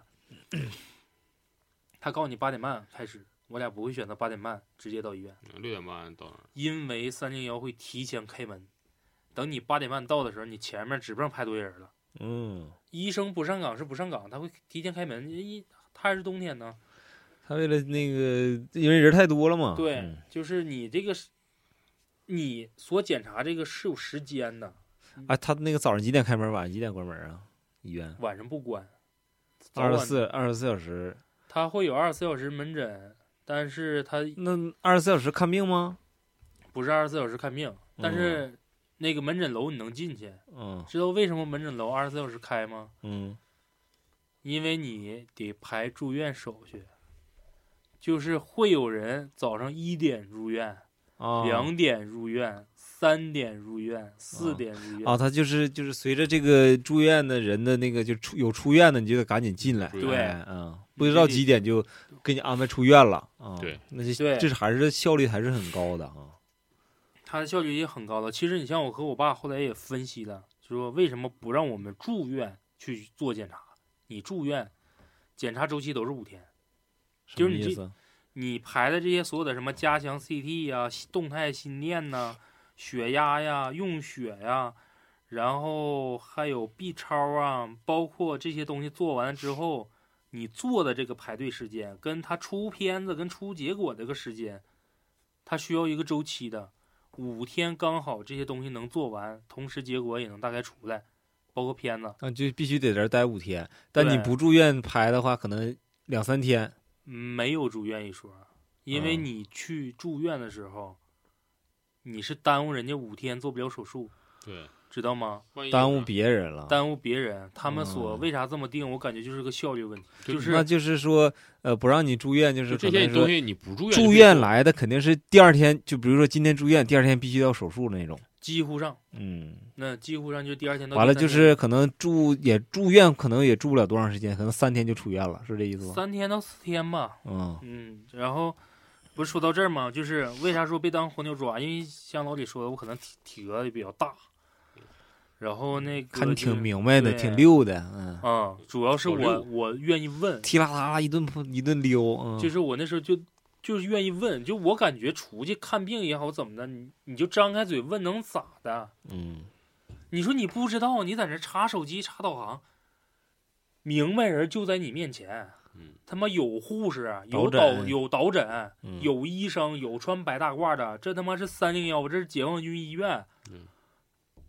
他告诉你8点半开始，我俩不会选择8点半直接到医院 ，6点半到那儿， 因为301会提前开门，等你8点半到的时候，你前面指不上排多人了。医生不上岗是不上岗，他会提前开门。他还是冬天呢， 他为了那个，因为人太多了嘛。 对，就是你这个你所检查这个是有时间的。 他那个早上几点开门，晚上几点关门啊？医院晚上不关 ，24小时。 他会有24小时门诊，但是他那24小时看病吗？ 不是24小时看病，但是那个门诊楼你能进去。知道为什么门诊楼24小时开吗？因为你得排住院手续，就是会有人早上1点入院。2点入院，3点入院，4点入院。 他就是随着这个住院的人的那个有出院的，你就得赶紧进来。 对， 不知道几点就给你安排出院了啊。 对， 那这还是效率还是很高的啊。 他的效率也很高的。其实你像我和我爸后来也分析了，就说为什么不让我们住院去做检查？你住院检查周期都是5天，就是你排的这些所有的什么加强 CT 呀、动态心电呐、血压呀、用血呀，然后还有 B 超啊，包括这些东西做完之后，你做的这个排队时间，跟他出片子跟出结果这个时间，它需要一个周期的。5天刚好这些东西能做完，同时结果也能大概出来，包括片子。 就必须得在这待5天，但你不住院排的话，可能2、3天。 没有住院一说，因为你去住院的时候，你是耽误人家5天做不了手术， 对， 知道吗？ 耽误别人了， 耽误别人。他们为啥这么定？我感觉就是个效率问题。 那就是说，不让你住院，就是这些东西你不住院， 住院来的肯定是第2天，就比如说今天住院，第2天必须要手术的那种。 几乎上，那几乎上就第2天到。 完了就是可能住院，可能也住不了多长时间，可能3天就出院了，是这意思吗 ？3天到4天吧。然后不是说到这儿吗？就是为啥说被当黄牛抓？因为像老李说的，我可能体格也比较大，然后那个看你挺明白的，挺溜的， 主要是我愿意问， 踢啦啦一顿溜， 就是我那时候就是愿意问，就我感觉出去看病也好怎么的，你就张开嘴问能咋的？你说你不知道，你在那查手机查导航，明白人就在你面前，他妈有护士，有导诊，有医生，有穿白大褂的，这他妈是301，这是解放军医院。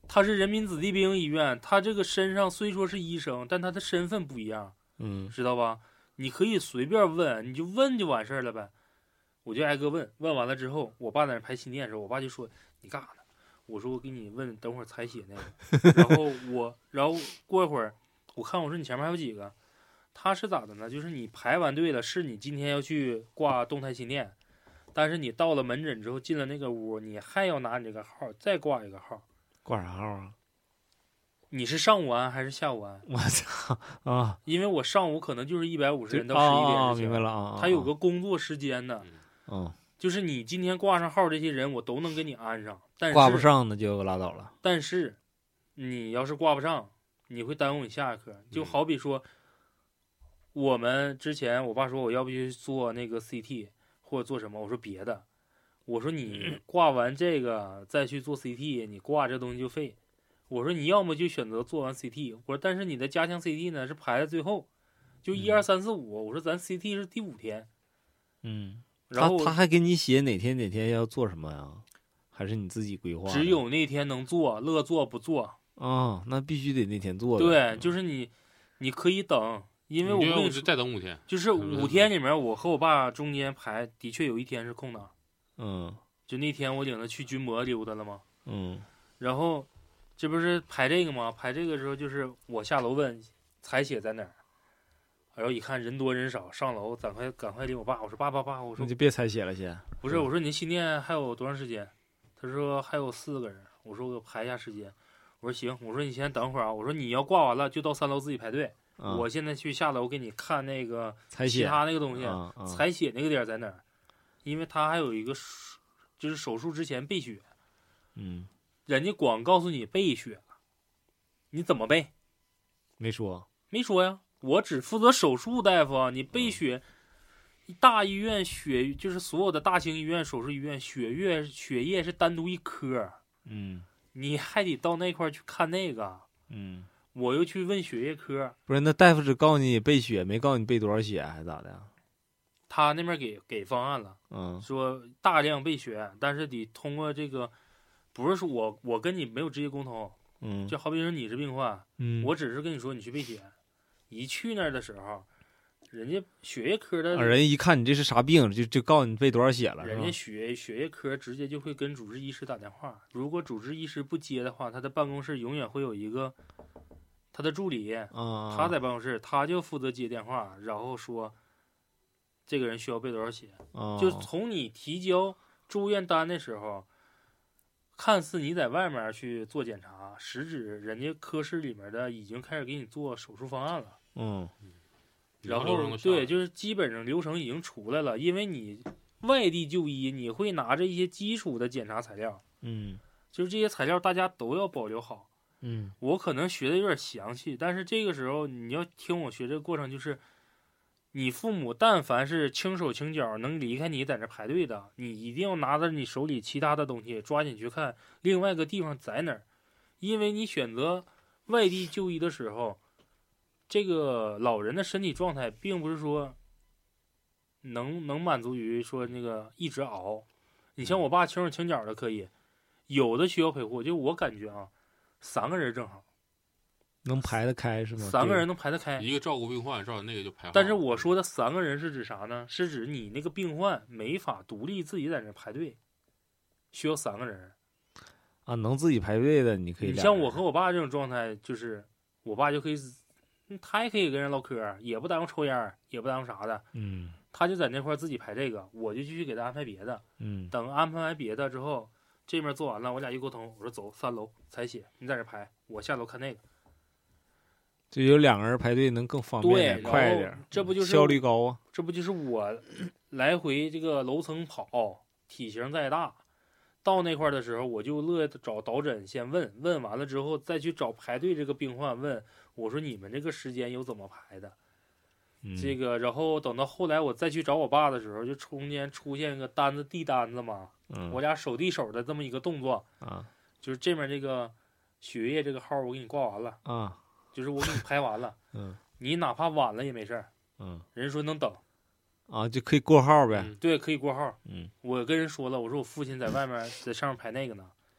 他是人民子弟兵医院，他这个身上虽说是医生，但他的身份不一样，知道吧？你可以随便问，你就问就完事儿了呗。我就挨个问，问完了之后，我爸在那排心电的时候，我爸就说你干啥呢？我说我给你问，等会儿采血那个。然后过一会儿，我看我说你前面还有几个，他是咋的呢？就是你排完队了，是你今天要去挂动态心电，但是你到了门诊之后进了那个屋，你还要拿你这个号再挂一个号。 挂啥号啊？ 你是上午安还是下午安？ 我操啊！ 因为我上午可能就是150人到11点之前， 明白了啊。 他有个工作时间的，就是你今天挂上号这些人，我都能给你安上。但是挂不上那就拉倒了。 但是你要是挂不上，你会耽误你下一科。就好比说，我们之前我爸说我要不去做那个 CT 或者做什么，我说别的，我说你挂完这个再去做 CT， 你挂这东西就废。我说你要么就选择做完 CT， 我说但是你的加强 CT 呢是排在最后，就1、2、3、4、5，我说咱 CT 是第5天。然后他还给你写哪天哪天要做什么呀？还是你自己规划？ 只有那天能做，乐做不做。 那必须得那天做。 对，就是你可以等，因为我跟你说再等5天， 就是5天里面，我和我爸中间排的确有1天是空的。就那天我领他去军博溜达了嘛。然后这不是排这个吗？排这个时候就是我下楼问采血在哪儿，然后一看人多人少，上楼赶快领我爸。我说爸，我说那就别采血了先。 不是，我说你心电还有多长时间？他说还有4个人。我说我排一下时间。我说行，我说你先等会儿啊。我说你要挂完了就到3楼自己排队。我现在去下楼给你看那个其他那个东西，采血那个点在哪儿？因为他还有一个就是手术之前备血。人家光告诉你备血，你怎么备？ 没说呀，我只负责手术大夫啊。你备血，大医院血就是所有的大型医院、手术医院，血液是单独一科。你还得到那块去看那个。我又去问血液科。 不是，那大夫只告诉你备血，没告诉你备多少血，还是咋的呀？ 他那边给方案了，说大量备血，但是得通过这个。不是说我跟你没有直接沟通，就好比说你是病患，我只是跟你说你去备血，一去那儿的时候，人家血液科的人一看你这是啥病，就告诉你备多少血了。 人家血液科直接就会跟主治医师打电话，如果主治医师不接的话，他的办公室永远会有一个他的助理，他在办公室，他就负责接电话，然后说这个人需要备多少血，就从你提交住院单的时候。看似你在外面去做检查，实质人家科室里面的已经开始给你做手术方案了。然后对，就是基本上流程已经出来了，因为你外地就医，你会拿着一些基础的检查材料。就是这些材料大家都要保留好。我可能学的有点详细，但是这个时候你要听我学这个过程，就是你父母但凡是轻手轻脚能离开你在那排队的，你一定要拿着你手里其他的东西抓紧去看另外一个地方在哪儿。因为你选择外地就医的时候，这个老人的身体状态并不是说能满足于说那个一直熬。你像我爸轻手轻脚的可以，有的需要陪护，就我感觉啊，3个人正好能排得开是吗 ？3个人能排得开， 一个照顾病患，照顾那个就排好。 但是我说的3个人是指啥呢？是指你那个病患没法独立自己在那排队，需要3个人。 能自己排队的你可以。 你像我和我爸这种状态，就是我爸就可以，他也可以跟人唠嗑，也不耽误抽烟，也不耽误啥的。他就在那块自己排这个，我就继续给他安排别的。等安排完别的之后，这面做完了，我俩一沟通，我说走3楼采血，你在这排，我下楼看那个。 就有2个人排队能更方便点，快一点， 这不就是效率高啊？ 这不就是我来回这个楼层跑，体型再大，到那块的时候，我就乐找导诊先问完了之后，再去找排队这个病患问，我说你们这个时间有怎么排的？这个，然后等到后来我再去找我爸的时候，就中间出现一个单子递单子嘛，我俩手递手的这么一个动作就是这面这个血液这个号我给你挂完了就是我给你排完了，你哪怕晚了也没事儿，人说能等， 就可以过号呗， 对，可以过号，我跟人说了，我说我父亲在外面在上面排那个呢，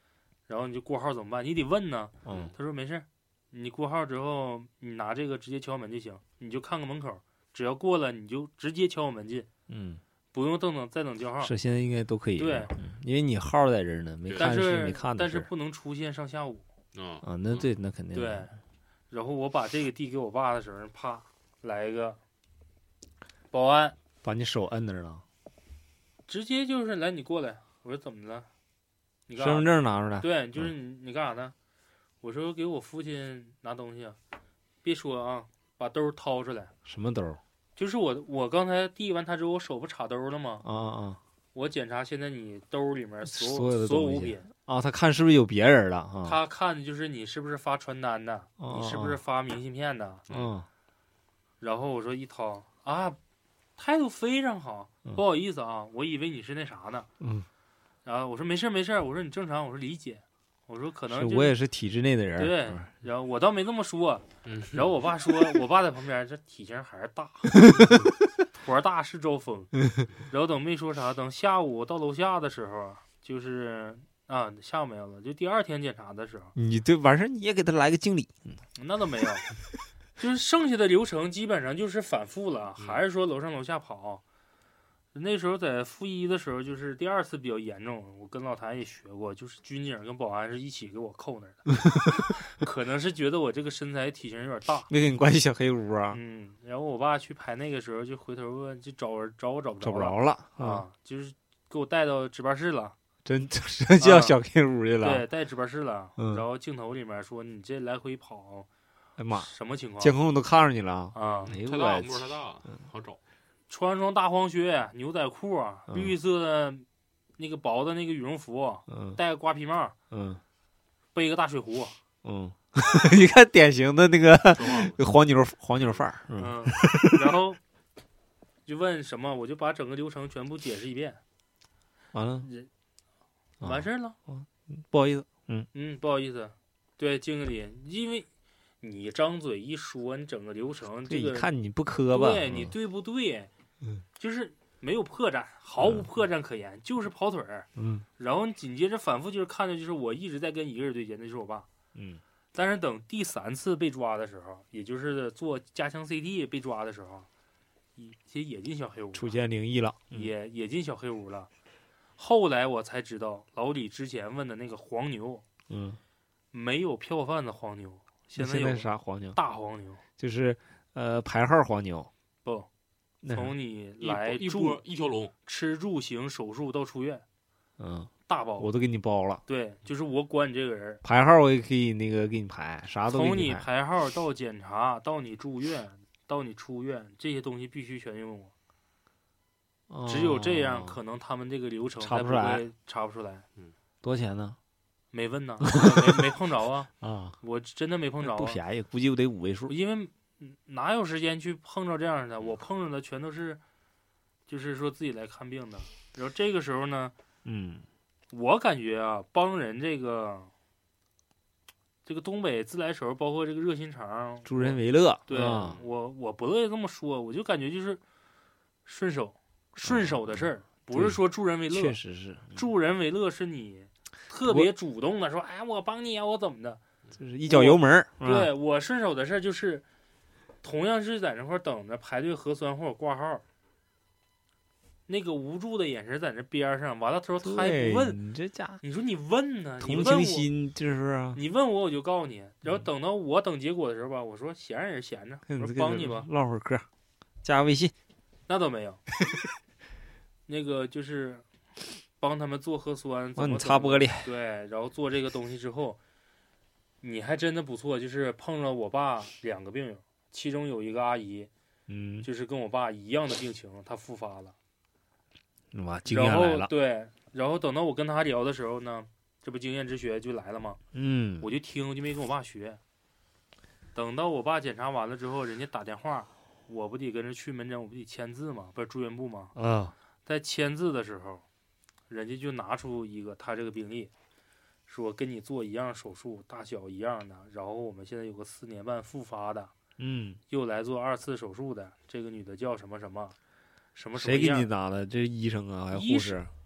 然后你就过号怎么办？你得问呢。 嗯他说没事，你过号之后，你拿这个直接敲门就行，你就看个门口，只要过了你就直接敲我门进，不用再等叫号。 是现在应该都可以。 对， 因为你号在这儿呢，没看是没看的但是不能出现上下午。 那对，那肯定对。然后我把这个递给我爸的时候，啪来一个保安， 把你手摁那儿了， 直接就是来你过来。我说怎么了？你干身份证拿出来。 对，就是你干啥呢？我说给我父亲拿东西啊，别说啊，把兜掏出来。 什么兜？ 就是我刚才递完他之后，我手不插兜了吗？我检查现在你兜里面所有物品啊，他看是不是有别人了啊？ 他看的就是你是不是发传单的，你是不是发明信片的。然后我说一掏啊，态度非常好，不好意思啊，我以为你是那啥呢。然后我说没事没事，我说你正常，我说理解。我说可能我也是体制内的人。 对，然后我倒没这么说。然后我爸说，我爸在旁边，这体型还是大，坨大是招风。然后等没说啥，等下午到楼下的时候，就是下午没有了，就第二天检查的时候， 你对完事你也给他来个敬礼。 那倒没有，就是剩下的流程基本上就是反复了，还是说楼上楼下跑。那时候在附一的时候，就是第二次比较严重，我跟老谭也学过，就是军警跟保安是一起给我扣那儿的，可能是觉得我这个身材体型有点大， 没给你关小黑屋啊。 然后我爸去排那个时候就回头问，就找我找不着了啊，就是给我带到值班室了， 真叫小黑屋去了。 对，带值班室了。然后镜头里面说你这来回跑， 哎妈， 什么情况？ 监控都看上你了啊！ 太大，摸太大，好找。 穿双大黄靴、牛仔裤，绿色的那个薄的那个羽绒服，戴个瓜皮帽，背个大水壶， 你看典型的那个黄牛范儿， 然后就问什么，我就把整个流程全部解释一遍， 完了， 完事儿了， 不好意思， 不好意思，对，敬个礼，因为你张嘴一说，你整个流程这个看你不磕巴， 对你对不对？就是没有破绽，毫无破绽可言，就是跑腿儿。然后紧接着反复就是看着，就是我一直在跟一个人对接，那就是我爸。但是等第3次被抓的时候，也就是做加强 CT 被抓的时候，其实也进小黑屋， 出现灵异了， 也进小黑屋了。后来我才知道，老李之前问的那个黄牛，没有票贩子黄牛，现在是啥黄牛？ 大黄牛， 就是排号黄牛， 不。从你来一条龙， 吃住行手术到出院，大包我都给你包了。 对，就是我管你这个人， 排号我也可以那个给你排，啥都给从你排号到检查，到你住院，到你出院，这些东西必须全用我。只有这样，可能他们这个流程查不出来。 多少钱呢？ 没问呢，没碰着啊。我真的没碰着， 不便宜，估计我得5位数。 因为哪有时间去碰着这样的？我碰着的全都是，就是说自己来看病的。然后这个时候呢，我感觉啊，帮人这个东北自来熟，包括这个热心肠， 助人为乐。 对，我不乐意这么说，我就感觉就是顺手的事儿，不是说助人为乐。 确实是助人为乐，是你特别主动的说，哎，我帮你啊，我怎么的， 就是一脚油门。 对，我顺手的事儿就是。同样是在那块等着排队核酸或者挂号，那个无助的眼神在那边上，完了之后他还不问， 你这家， 你说你问呢？ 同情心就是啊， 你问我就告诉你，然后等到我等结果的时候吧，我说闲着也是闲着，我说帮你吧， 唠会儿嗑，加个微信， 那倒没有，那个就是帮他们做核酸， 帮你擦玻璃， 对，然后做这个东西之后，你还真的不错，就是碰着我爸2个病友。其中有一个阿姨，就是跟我爸一样的病情，她复发了。 哇，经验来了。 对，然后等到我跟他聊的时候呢，这不经验之学就来了吗？我就听，就没跟我爸学。等到我爸检查完了之后，人家打电话，我不得跟着去门诊，我不得签字吗？不是住院部吗？在签字的时候，人家就拿出一个他这个病历，说跟你做一样手术，大小一样的，然后我们现在有个4年半复发的。又来做2次手术的这个女的叫什么什么什么什么样？ 谁给你拿的？这是医生啊，还是护士？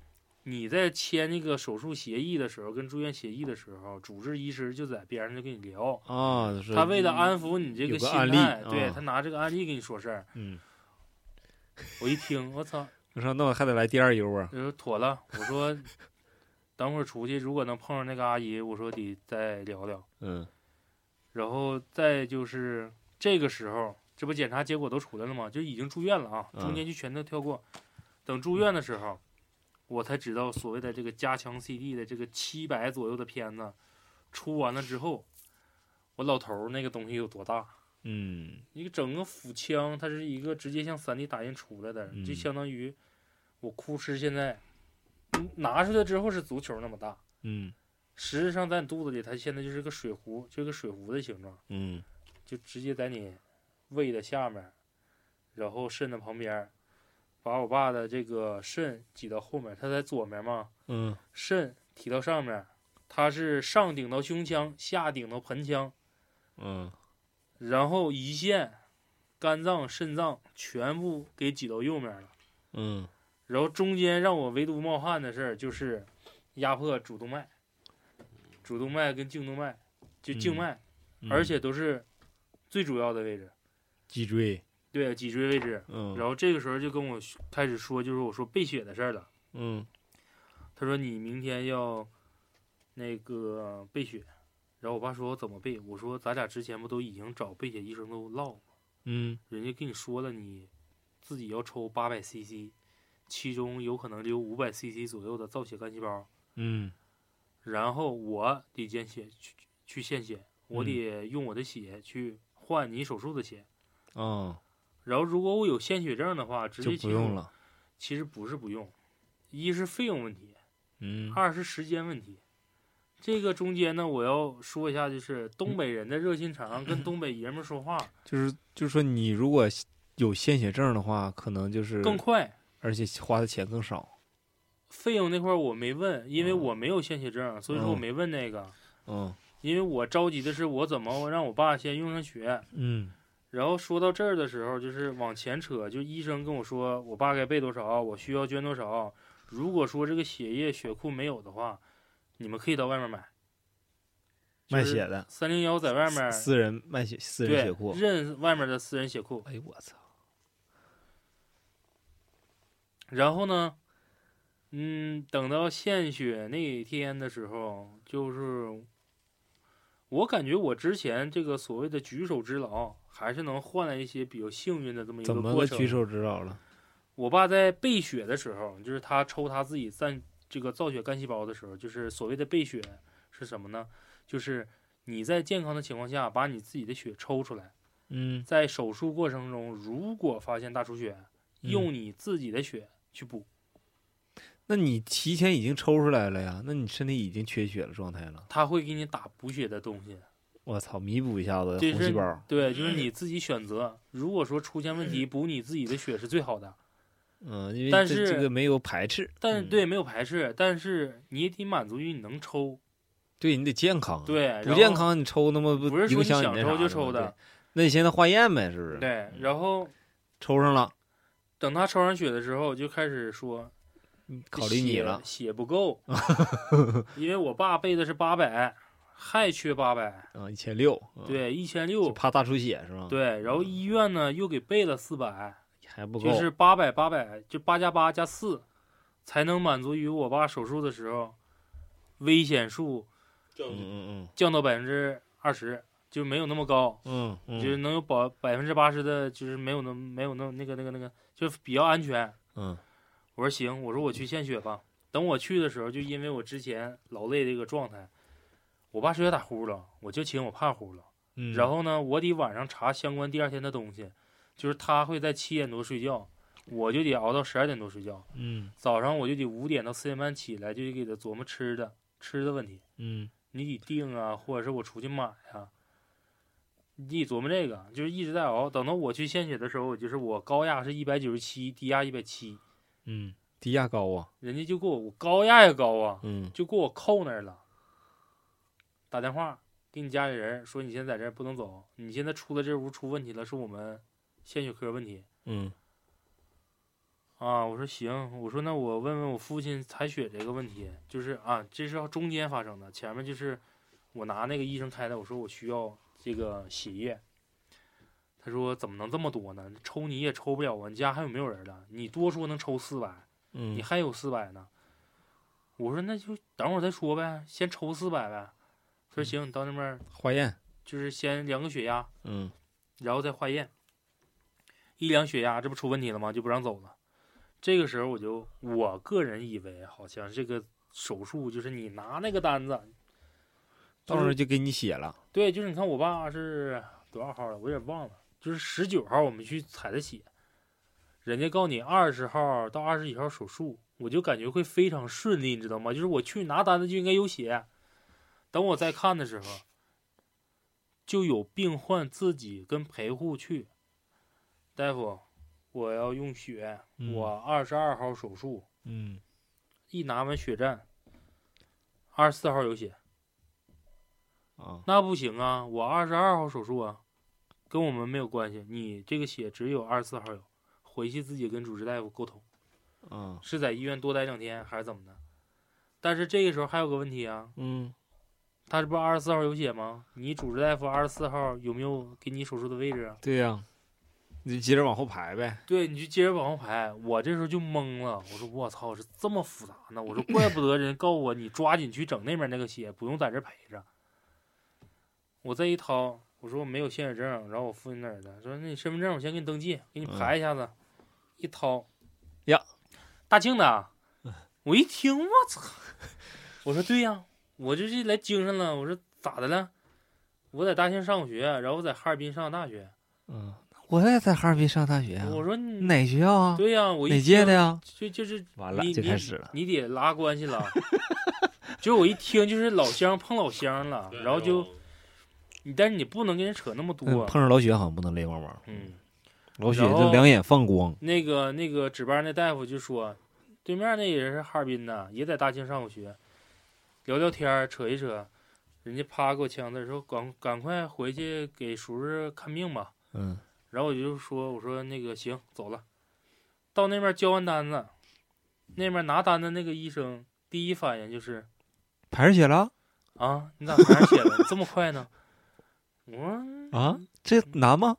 你在签那个手术协议的时候，跟住院协议的时候，主治医师就在边上就跟你聊啊， 他为了安抚你这有个心案例态， 啊对他拿这个案例跟你说事儿。我一听，我操！ 我说那我还得来第二优啊。 我说妥了，我说等会儿出去如果能碰上那个阿姨，我说得再聊聊。然后再就是这个时候，这不检查结果都出来了吗？就已经住院了啊，中间就全都跳过。等住院的时候，我才知道所谓的这个加强 CD 的这个700左右的片子出完了之后，我老头儿那个东西有多大？一个整个腹腔，它是一个直接像3D 打印出来的，就相当于我哭哧现在拿出来之后是足球那么大，实际上在你肚子里，它现在就是个水壶，就个水壶的形状，就直接在你胃的下面，然后肾的旁边，把我爸的这个肾挤到后面，他在左面嘛，肾提到上面，它是上顶到胸腔，下顶到盆腔，然后胰腺、肝脏、肾脏全部给挤到右面了，然后中间让我唯独冒汗的事儿就是压迫主动脉，主动脉跟颈动脉，就静脉，而且都是最主要的位置， 脊椎， 对，脊椎位置，然后这个时候就跟我开始说，就是我说备血的事儿了，他说你明天要那个备血。然后我爸说我怎么备？我说咱俩之前不都已经找备血医生都唠了，人家跟你说了，你自己要抽800cc，其中有可能有500cc 左右的造血干细胞，然后我得捐血去献血，我得用我的血去换你手术的血，然后如果我有献血证的话，直接就不用了。 其实不是不用，一是费用问题，二是时间问题。这个中间呢，我要说一下，就是东北人的热心肠，跟东北爷们说话， 就是说，你如果有献血证的话，可能就是更快， 而且花的钱更少。 费用那块我没问，因为我没有献血证，所以说我没问那个。因为我着急的是我怎么让我爸先用上血。然后说到这儿的时候，就是往前扯，就医生跟我说，我爸该备多少，我需要捐多少。如果说这个血液血库没有的话，你们可以到外面买， 卖血的 301在外面私人卖血，私人血库， 认外面的私人血库。 哎呦我操！ 然后呢，等到献血那天的时候，就是我感觉我之前这个所谓的举手之劳，还是能换来一些比较幸运的这么一个过程。 怎么个举手之劳了？ 我爸在备血的时候，就是他抽他自己这个造血干细胞的时候，就是所谓的备血是什么呢？就是你在健康的情况下把你自己的血抽出来，在手术过程中如果发现大出血，用你自己的血去补。 那你提前已经抽出来了呀？那你身体已经缺血了状态了。 他会给你打补血的东西。 我操，弥补一下子红细胞。 对，就是你自己选择。如果说出现问题，补你自己的血是最好的。 因为但是这个没有排斥， 对，没有排斥，但是你也得满足于你能抽， 对你得健康， 对， 不健康你抽那么不是说影响想抽就抽的， 那你现在化验呗，是不是？ 对，然后抽上了， 等他抽上血的时候，就开始说， 考虑你了， 血不够，因为我爸备的是800，还缺800，1600，对，1600， 怕大出血是吧？ 对，然后医院呢又给备了400。 还不够， 就是800，就8+8加4，才能满足于我爸手术的时候，危险数降到20%，就没有那么高，就是能有80%的，就是没有那个，就比较安全。我说行，我说我去献血吧。等我去的时候，就因为我之前劳累这个状态，我爸睡觉打呼了，我就请我怕呼了。然后呢，我得晚上查相关第二天的东西。就是他会在7点多睡觉，我就得熬到12点多睡觉。早上我就得5点到4点半起来，就得给他琢磨吃的问题。你得定啊，或者是我出去买呀，你得琢磨这个，就是一直在熬。等到我去献血的时候，就是我高压是197，低压170。 低压高啊， 人家就给我高压也高啊，就给我扣那儿了。打电话给你家里人说，你现在在这儿不能走，你现在出了这屋出问题了，是我们献血科问题。 啊，我说行，我说那我问问我父亲采血这个问题，就是啊，这是中间发生的，前面就是我拿那个医生开的，我说我需要这个血液，他说怎么能这么多呢？抽你也抽不了啊，你家还有没有人了？你多说能抽400，你还有400呢。我说那就等会儿再说呗，先抽400呗。他说行，你到那边化验， 就是先量个血压， 嗯， 然后再化验。一量血压，这不出问题了吗？就不让走了。这个时候我个人以为好像这个手术就是你拿那个单子， 到时候就给你写了。 对，就是你看我爸是多少号了，我有点忘了，就是19号我们去采的血，人家告诉你20号到20几号手术，我就感觉会非常顺利，你知道吗？就是我去拿单子就应该有血，等我再看的时候，就有病患自己跟陪护去，大夫，我要用血，我22号手术，一拿完血站，24号有血，那不行啊，我22号手术啊，跟我们没有关系，你这个血只有24号有，回去自己跟主治大夫沟通，是在医院多待2天还是怎么的？但是这个时候还有个问题啊，他这不24号有血吗？你主治大夫24号有没有给你手术的位置啊？ 对呀，你就接着往后排呗。 对，你就接着往后排。我这时候就懵了，我说我操，是这么复杂呢？我说怪不得人告诉我你抓紧去整那边那个血，不用在这陪着。我再一掏，我说我没有献血证，然后我父亲那儿的说那你身份证我先给你登记，给你排一下子。一掏， 呀， 大庆的，我一听我操，我说对呀，我就是来精神了。我说咋的了？我在大庆上过学，然后我在哈尔滨上的大学。 我也在哈尔滨上大学啊。 我说哪学校啊？ 对呀，我哪届的呀？ 就是完了就开始了， 你得拉关系了。就我一听就是老乡碰老乡了，然后就但是你不能跟人扯那么多。 碰上老雪好像不能泪汪汪。老雪就两眼放光。 那个值班那大夫就说，对面那也是哈尔滨的，也在大庆上过学，聊聊天扯一扯，人家啪给我枪子说赶快回去给叔叔看病吧。然后我就说我说那个行走了，到那边交完单子，那边拿单的那个医生第一反应就是排上血了啊，你咋排上血了？这么快呢？我说啊，这难吗？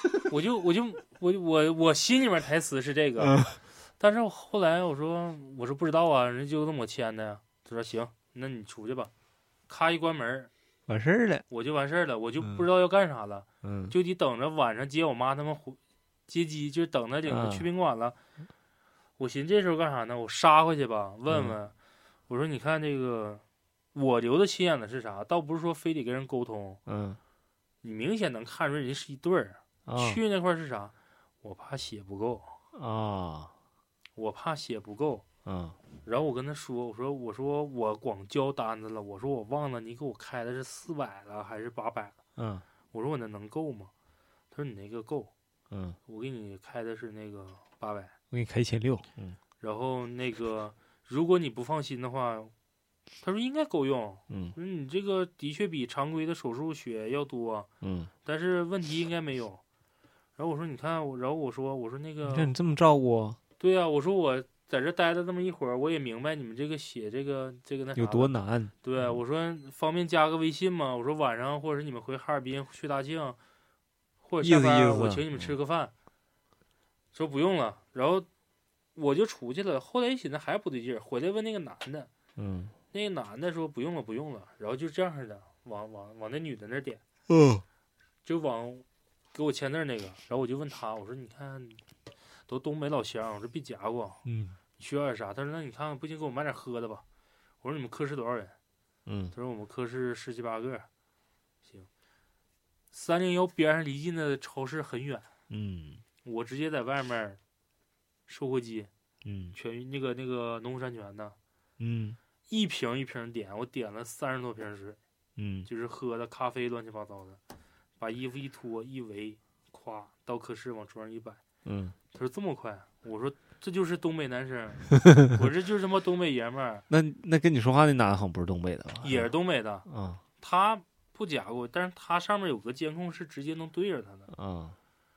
我心里面台词是这个，但是我后来我说不知道啊，人家就这么签的呀。他说行，那你出去吧。咔一关门， 完事儿了， 我就完事儿了，我就不知道要干啥了，就得等着晚上接我妈他们接机，就等着领着去宾馆了。我寻思这时候干啥呢？我杀回去吧，问问，我说你看这个，我留的心眼子是啥？倒不是说非得跟人沟通，你明显能看出人家是一对儿。去那块是啥？我怕血不够啊，我怕血不够。然后我跟他说，我说我光交单子了，我说我忘了你给我开的是400了还是800了？我说我那能够吗？他说你那个够，我给你开的是那个800， 我给你开1600。 然后那个如果你不放心的话，他说应该够用。说你这个的确比常规的手术血要多，但是问题应该没有。然后我说你看，然后我说那个， 你看你这么照顾。 对呀，我说我在这待了这么一会儿，我也明白你们这个血这个那啥有多难。 对，我说方便加个微信吗？我说晚上或者是你们回哈尔滨去大庆，或者下班我请你们吃个饭。说不用了，然后我就出去了。后来一寻思还不对劲儿，回来问那个男的，那个男的说不用了，然后就这样似的往那女的那点，就往给我签字那个。然后我就问他，我说你看都东北老乡，我说别夹过，你需要点啥？他说那你看看不行给我买点喝的吧。我说你们科室多少人？他说我们科室17、18个。行，301边上离近的超市很远，我直接在外面售货机，全那个农夫山泉的，一瓶一瓶点，我点了30多瓶水，就是喝的咖啡乱七八糟的，把衣服一脱一围，咵到科室往桌上一摆，他说这么快？我说这就是东北男生，我这就是他妈东北爷们儿。 那跟你说话那男的好像不是东北的吧？ 也是东北的，他不假过，但是他上面有个监控是直接能对着他的，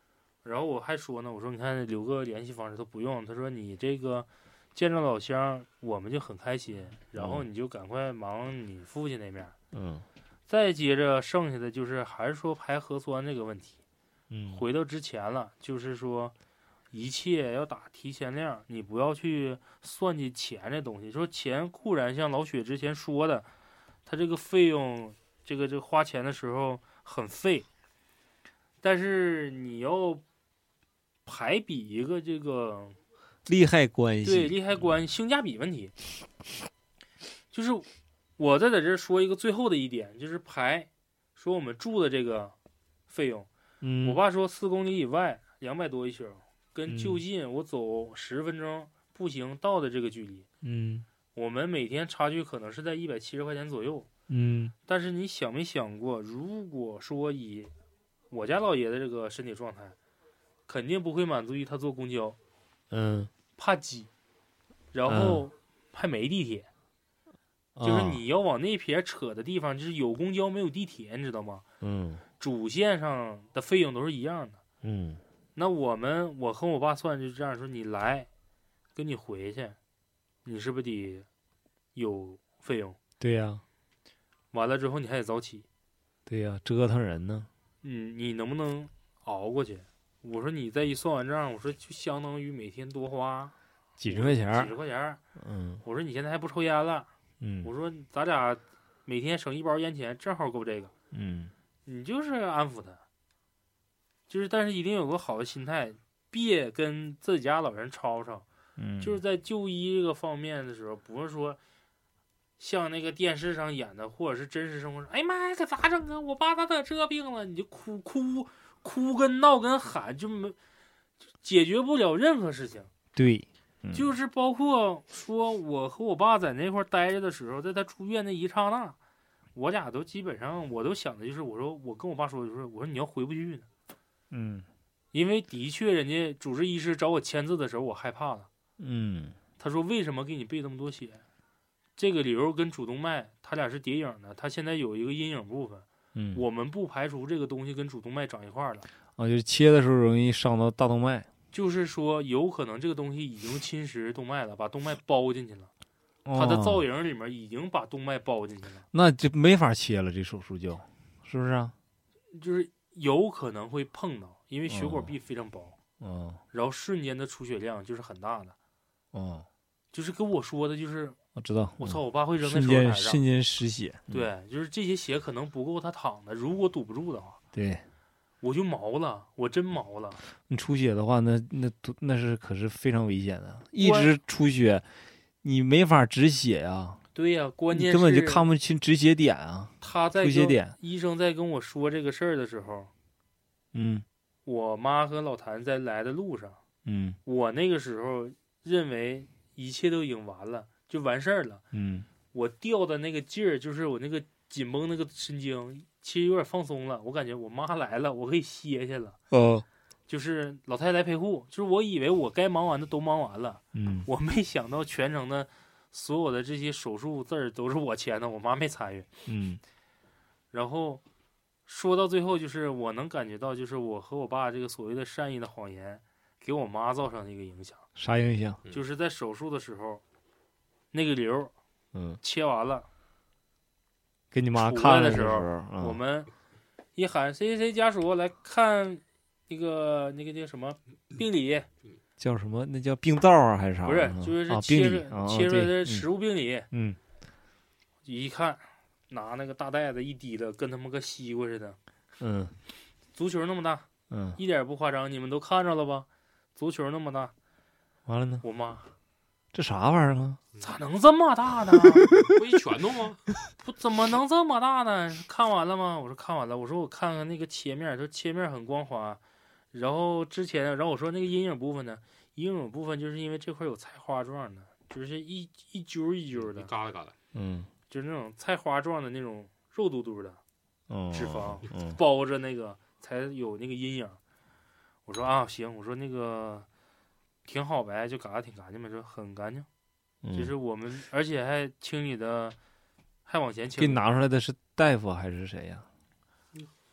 然后我还说呢，我说你看留个联系方式，他不用，他说你这个见着老乡，我们就很开心，然后你就赶快忙你父亲那边。再接着剩下的就是还是说排核酸这个问题。回到之前了，就是说一切要打提前量，你不要去算计钱这东西。说钱固然像老雪之前说的，他这个费用，这个花钱的时候很费，但是你要排比一个这个利害关系， 对利害关系性价比问题。就是我在这说一个最后的一点，就是排说我们住的这个费用。我爸说4公里以外200多一宿，跟就近我走10分钟步行到的这个距离，我们每天差距可能是在170块钱左右。但是你想没想过，如果说以我家老爷的这个身体状态，肯定不会满足于他坐公交，怕挤，然后还没地铁，就是你要往那撇扯的地方，就是有公交没有地铁，你知道吗？主线上的费用都是一样的。那我和我爸算就是这样说，你来跟你回去，你是不是得有费用？ 对呀。 完了之后你还得早起。 对呀，折腾人呢。 你能不能熬过去？我说你再一算完账，我说就相当于每天多花几十块钱。 我说你现在还不抽烟了。我说咱俩每天省1包烟钱，正好够这个。你就是安抚他，就是但是一定有个好的心态，别跟自己家老人吵吵。就是在就医这个方面的时候，不是说像那个电视上演的，或者是真实生活中，哎呀妈呀，可咋整啊？我爸咋得这病了？你就哭跟闹跟喊，就解决不了任何事情。 对， 就是包括说我和我爸在那块待着的时候，在他住院那一刹那，我俩都基本上我都想的就是，我说我跟我爸说，就是我说你要回不去呢。因为的确人家主治医师找我签字的时候，我害怕了。他说为什么给你备这么多血？这个瘤跟主动脉它俩是叠影的，它现在有一个阴影部分。我们不排除这个东西跟主动脉长一块了。 就是切的时候容易伤到大动脉。 就是说有可能这个东西已经侵蚀动脉了，把动脉包进去了。它的造影里面已经把动脉包进去了。 那就没法切了，这手术就是不是啊？ 就是有可能会碰到，因为血管壁非常薄。然后瞬间的出血量就是很大的。就是跟我说的，就是我知道， 我操，我爸会扔在手台上， 瞬间失血。 对，就是这些血可能不够他淌的，如果堵不住的话， 对， 我就毛了，我真毛了。 你出血的话，那是可是非常危险的，一直出血，你没法止血呀。 对呀，关键是根本就看不清止血点啊。 他在出血点， 医生在跟我说这个事儿的时候，我妈和老谭在来的路上，我那个时候认为一切都已经完了，就完事儿了。我吊的那个劲儿，就是我那个紧绷那个神经，其实有点放松了。我感觉我妈来了，我可以歇下了。就是老太太来陪护，就是我以为我该忙完的都忙完了。我没想到全程的所有的这些手术字儿都是我签的，我妈没参与。然后说到最后，就是我能感觉到，就是我和我爸这个所谓的善意的谎言，给我妈造成的一个影响。 啥影响？ 就是在手术的时候，那个瘤，切完了， 给你妈看的时候，我们一喊谁谁谁家属来看那个叫什么病理， 叫什么？那叫病灶啊还是啥？ 不是，就是切出来的食物病理。一看，拿那个大袋子一提了，跟他们个西瓜似的。足球那么大。一点不夸张，你们都看着了吧？足球那么大。 完了呢？ 我妈， 这啥玩意儿啊？ 咋能这么大呢？ 不一拳头吗？ 不，怎么能这么大呢？看完了吗？我说看完了。我说我看看那个切面，说切面很光滑。然后然后我说那个阴影部分呢？阴影部分就是因为这块有菜花状的，就是一揪一揪的， 嘎啦嘎啦。 就是那种菜花状的那种肉嘟嘟的脂肪包着那个才有那个阴影。我说啊行，我说那个。挺好呗，就嘎挺干净呗，说很干净，就是我们，而且还清理的，还往前清理。 给你拿出来的是大夫还是谁呀？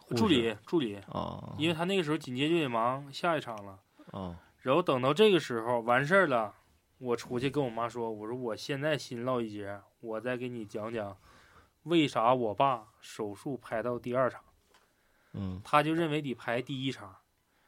助理啊， 因为他那个时候紧接就得忙下一场了啊， 然后等到这个时候完事儿了，我出去跟我妈说，我说我现在新唠一节，我再给你讲讲为啥我爸手术排到第2场。他就认为得排第1场，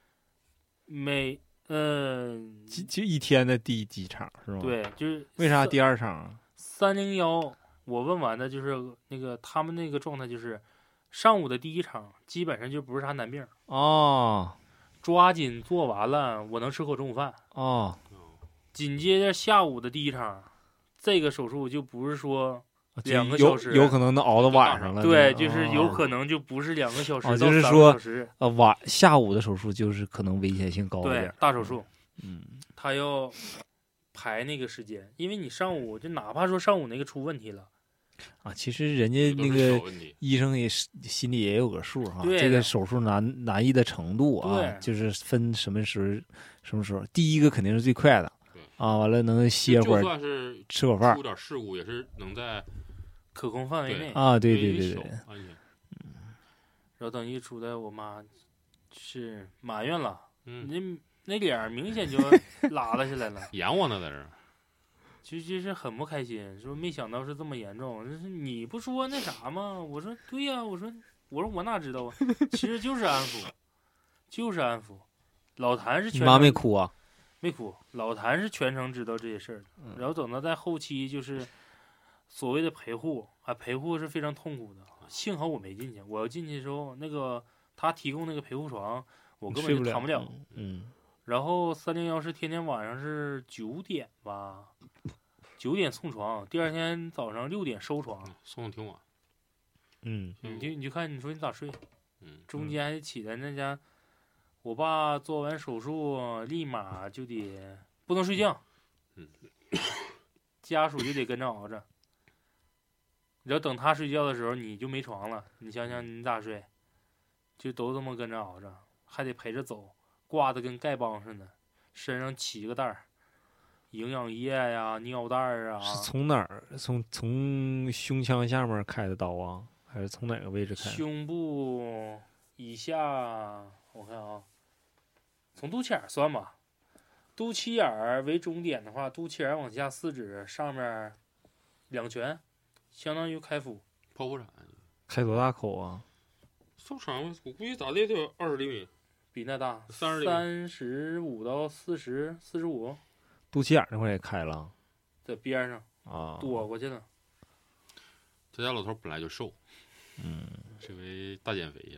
就一天的第几场是吗？ 对，就是为啥第2场啊 ？301，我问完的就是那个他们那个状态，就是上午的第1场基本上就不是啥难病哦， 抓紧做完了，我能吃口中午饭哦。 紧接着下午的第1场，这个手术就不是说2个小时， 有可能能熬到晚上了。 对，就是有可能就不是2个小时到3个小时。 下午的手术就是可能危险性高一点。 对，大手术。他要排那个时间，因为你上午就哪怕说上午那个出问题了啊，其实人家那个医生也心里也有个数哈。这个手术难易的程度啊，就是分什么时候。第一个肯定是最快的。啊，完了能歇会儿， 就算是吃口饭， 出点事故也是能在可控范围内啊。对。 然后等一出来，我妈是埋怨了，那脸明显就拉了下来了， 演我呢在这儿， 就是很不开心，说没想到是这么严重。就是你不说那啥吗？我说对呀，我说我哪知道啊？其实就是安抚，老谭是全程。 你妈没哭啊？ 没哭，老谭是全程知道这些事儿，然后等到在后期就是所谓的陪护啊，陪护是非常痛苦的。幸好我没进去，我要进去的时候，那个他提供那个陪护床，我根本就躺不了。然后301是天天晚上是9点吧，9点送床，第2天早上6点收床， 送的挺晚。 你就看你说你咋睡？中间还得起来那家。我爸做完手术，立马就得不能睡觉，家属就得跟着熬着。然后等他睡觉的时候，你就没床了。你想想你咋睡？就都这么跟着熬着，还得陪着走，挂的跟丐帮似的，身上起个袋儿，营养液呀、尿袋啊。 是从哪儿？从胸腔下面开的刀啊，还是从哪个位置开？ 胸部以下，我看啊。从肚脐眼算吧，肚脐眼为终点的话，肚脐眼往下4指，上面2拳，相当于开腹。 剖腹产开多大口啊？ 受伤我估计咋的得有20厘米， 比那大 ，35 到40、45。 肚脐眼那块也开了， 在边上啊， 躲过去了。 这家老头本来就瘦，这回大减肥呀。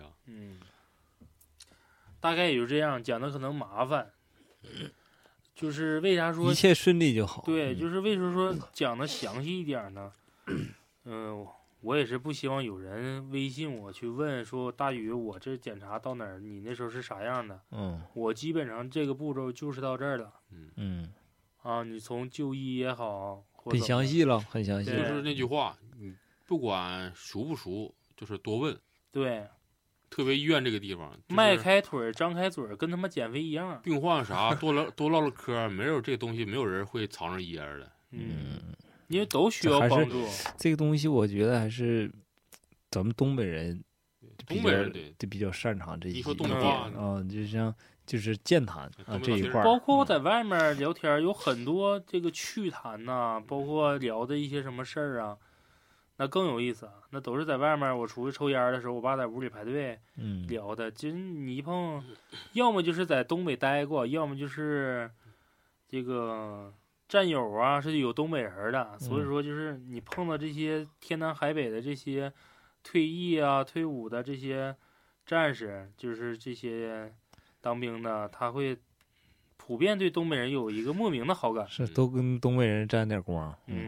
大概也就这样，讲的可能麻烦，就是为啥说一切顺利就好。 对，就是为什么说讲的详细一点呢？我也是不希望有人微信我去问说大宇，我这检查到哪儿？你那时候是啥样的？我基本上这个步骤就是到这儿了。你从就医也好， 很详细了，很详细。 就是那句话，你不管熟不熟，就是多问。 对。 特别医院这个地方， 迈开腿张开嘴跟他妈减肥一样。 病患啥多唠唠嗑，没有这个东西，没有人会藏着掖着的。 因为都需要帮助。 这个东西我觉得还是咱们东北人对比较擅长这些。 你说东北话就是健谈啊这一块。 包括我在外面聊天，有很多这个趣谈呐，包括聊的一些什么事儿啊。那更有意思啊！那都是在外面，我出去抽烟的时候，我爸在屋里排队聊的。其实你一碰，要么就是在东北待过，要么就是这个战友啊，是有东北人的。所以说，就是你碰到这些天南海北的这些退役啊、退伍的这些战士，就是这些当兵的，他会普遍对东北人有一个莫名的好感。 是，都跟东北人沾点光。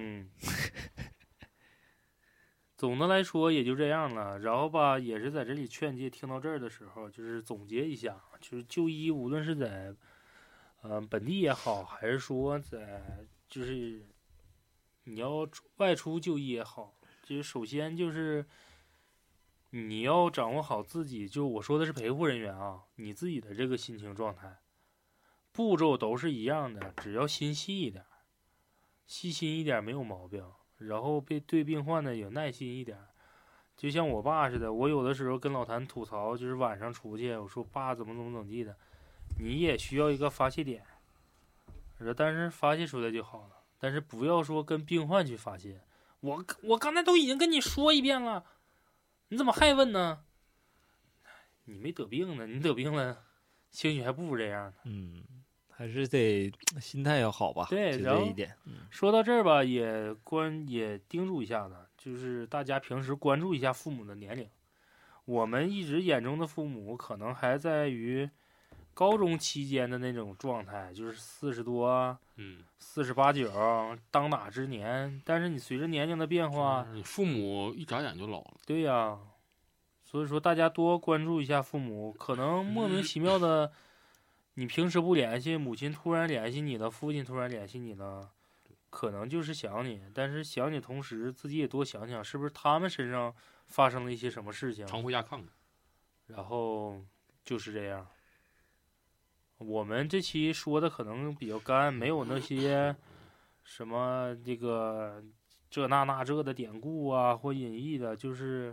总的来说也就这样了，然后吧，也是在这里劝诫，听到这儿的时候，就是总结一下，就是就医，无论是在本地也好，还是说在就是你要外出就医也好，就是首先就是你要掌握好自己，就我说的是陪护人员啊，你自己的这个心情状态，步骤都是一样的，只要心细一点，细心一点没有毛病。然后对病患呢有耐心一点， 就像我爸似的，我有的时候跟老谭吐槽，就是晚上出去，我说爸怎么地的，你也需要一个发泄点，但是发泄出来就好了，但是不要说跟病患去发泄。我刚才都已经跟你说一遍了，你怎么还问呢？你没得病呢，你得病了，兴许还不如这样呢。 还是得心态要好吧。 对， 然后这一点。 说到这儿吧，也叮嘱一下子，就是大家平时关注一下父母的年龄。我们一直眼中的父母，可能还在于高中期间的那种状态，就是40多、48、9当打之年。但是你随着年龄的变化， 你父母一眨眼就老了。 对呀，所以说大家多关注一下父母，可能莫名其妙的。你平时不联系，母亲突然联系你了，父亲突然联系你了，可能就是想你，但是想你同时自己也多想想，是不是他们身上发生了一些什么事情， 常回家看看。 然后就是这样。我们这期说的可能比较干，没有那些什么这那的典故啊或隐逸的，就是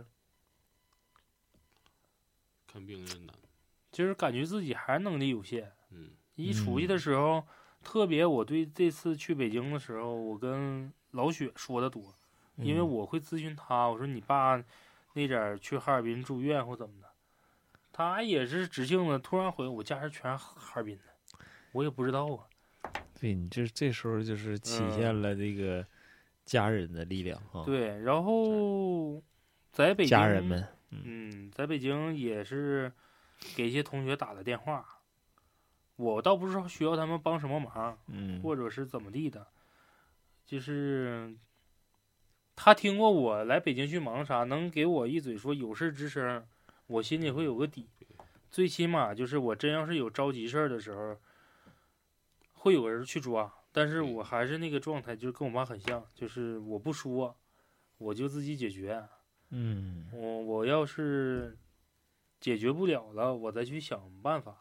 看病人难。 就是感觉自己还能力有限。一出去的时候，特别我对这次去北京的时候，我跟老雪说的多，因为我会咨询他，我说你爸那点儿去哈尔滨住院或怎么的，他也是直性的，突然回我家人全是哈尔滨的，我也不知道啊。 对，你这时候就是体现了这个家人的力量啊。 对，然后在北京， 家人们， 在北京也是。给一些同学打了电话，我倒不是需要他们帮什么忙，或者是怎么地的，就是他听过我来北京去忙啥，能给我一嘴说有事吱声，我心里会有个底。最起码就是我真要是有着急事儿的时候，会有人去抓，但是我还是那个状态，就是跟我妈很像，就是我不说，我就自己解决。我要是解决不了了，我再去想办法。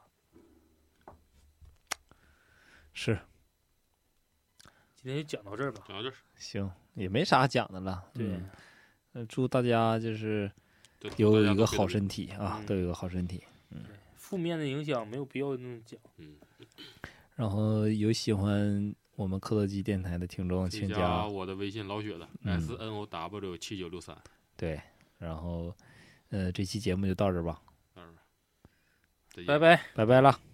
是， 今天就讲到这儿吧。 讲到这儿， 行，也没啥讲的了。 对， 祝大家就是有一个好身体啊，都有一个好身体。 负面的影响没有必要那么讲。 然后有喜欢我们科乐基电台的听众，请加我的微信老雪的SNOW7963。 对，然后这期节目就到这儿吧。 拜拜拜， 拜拜了。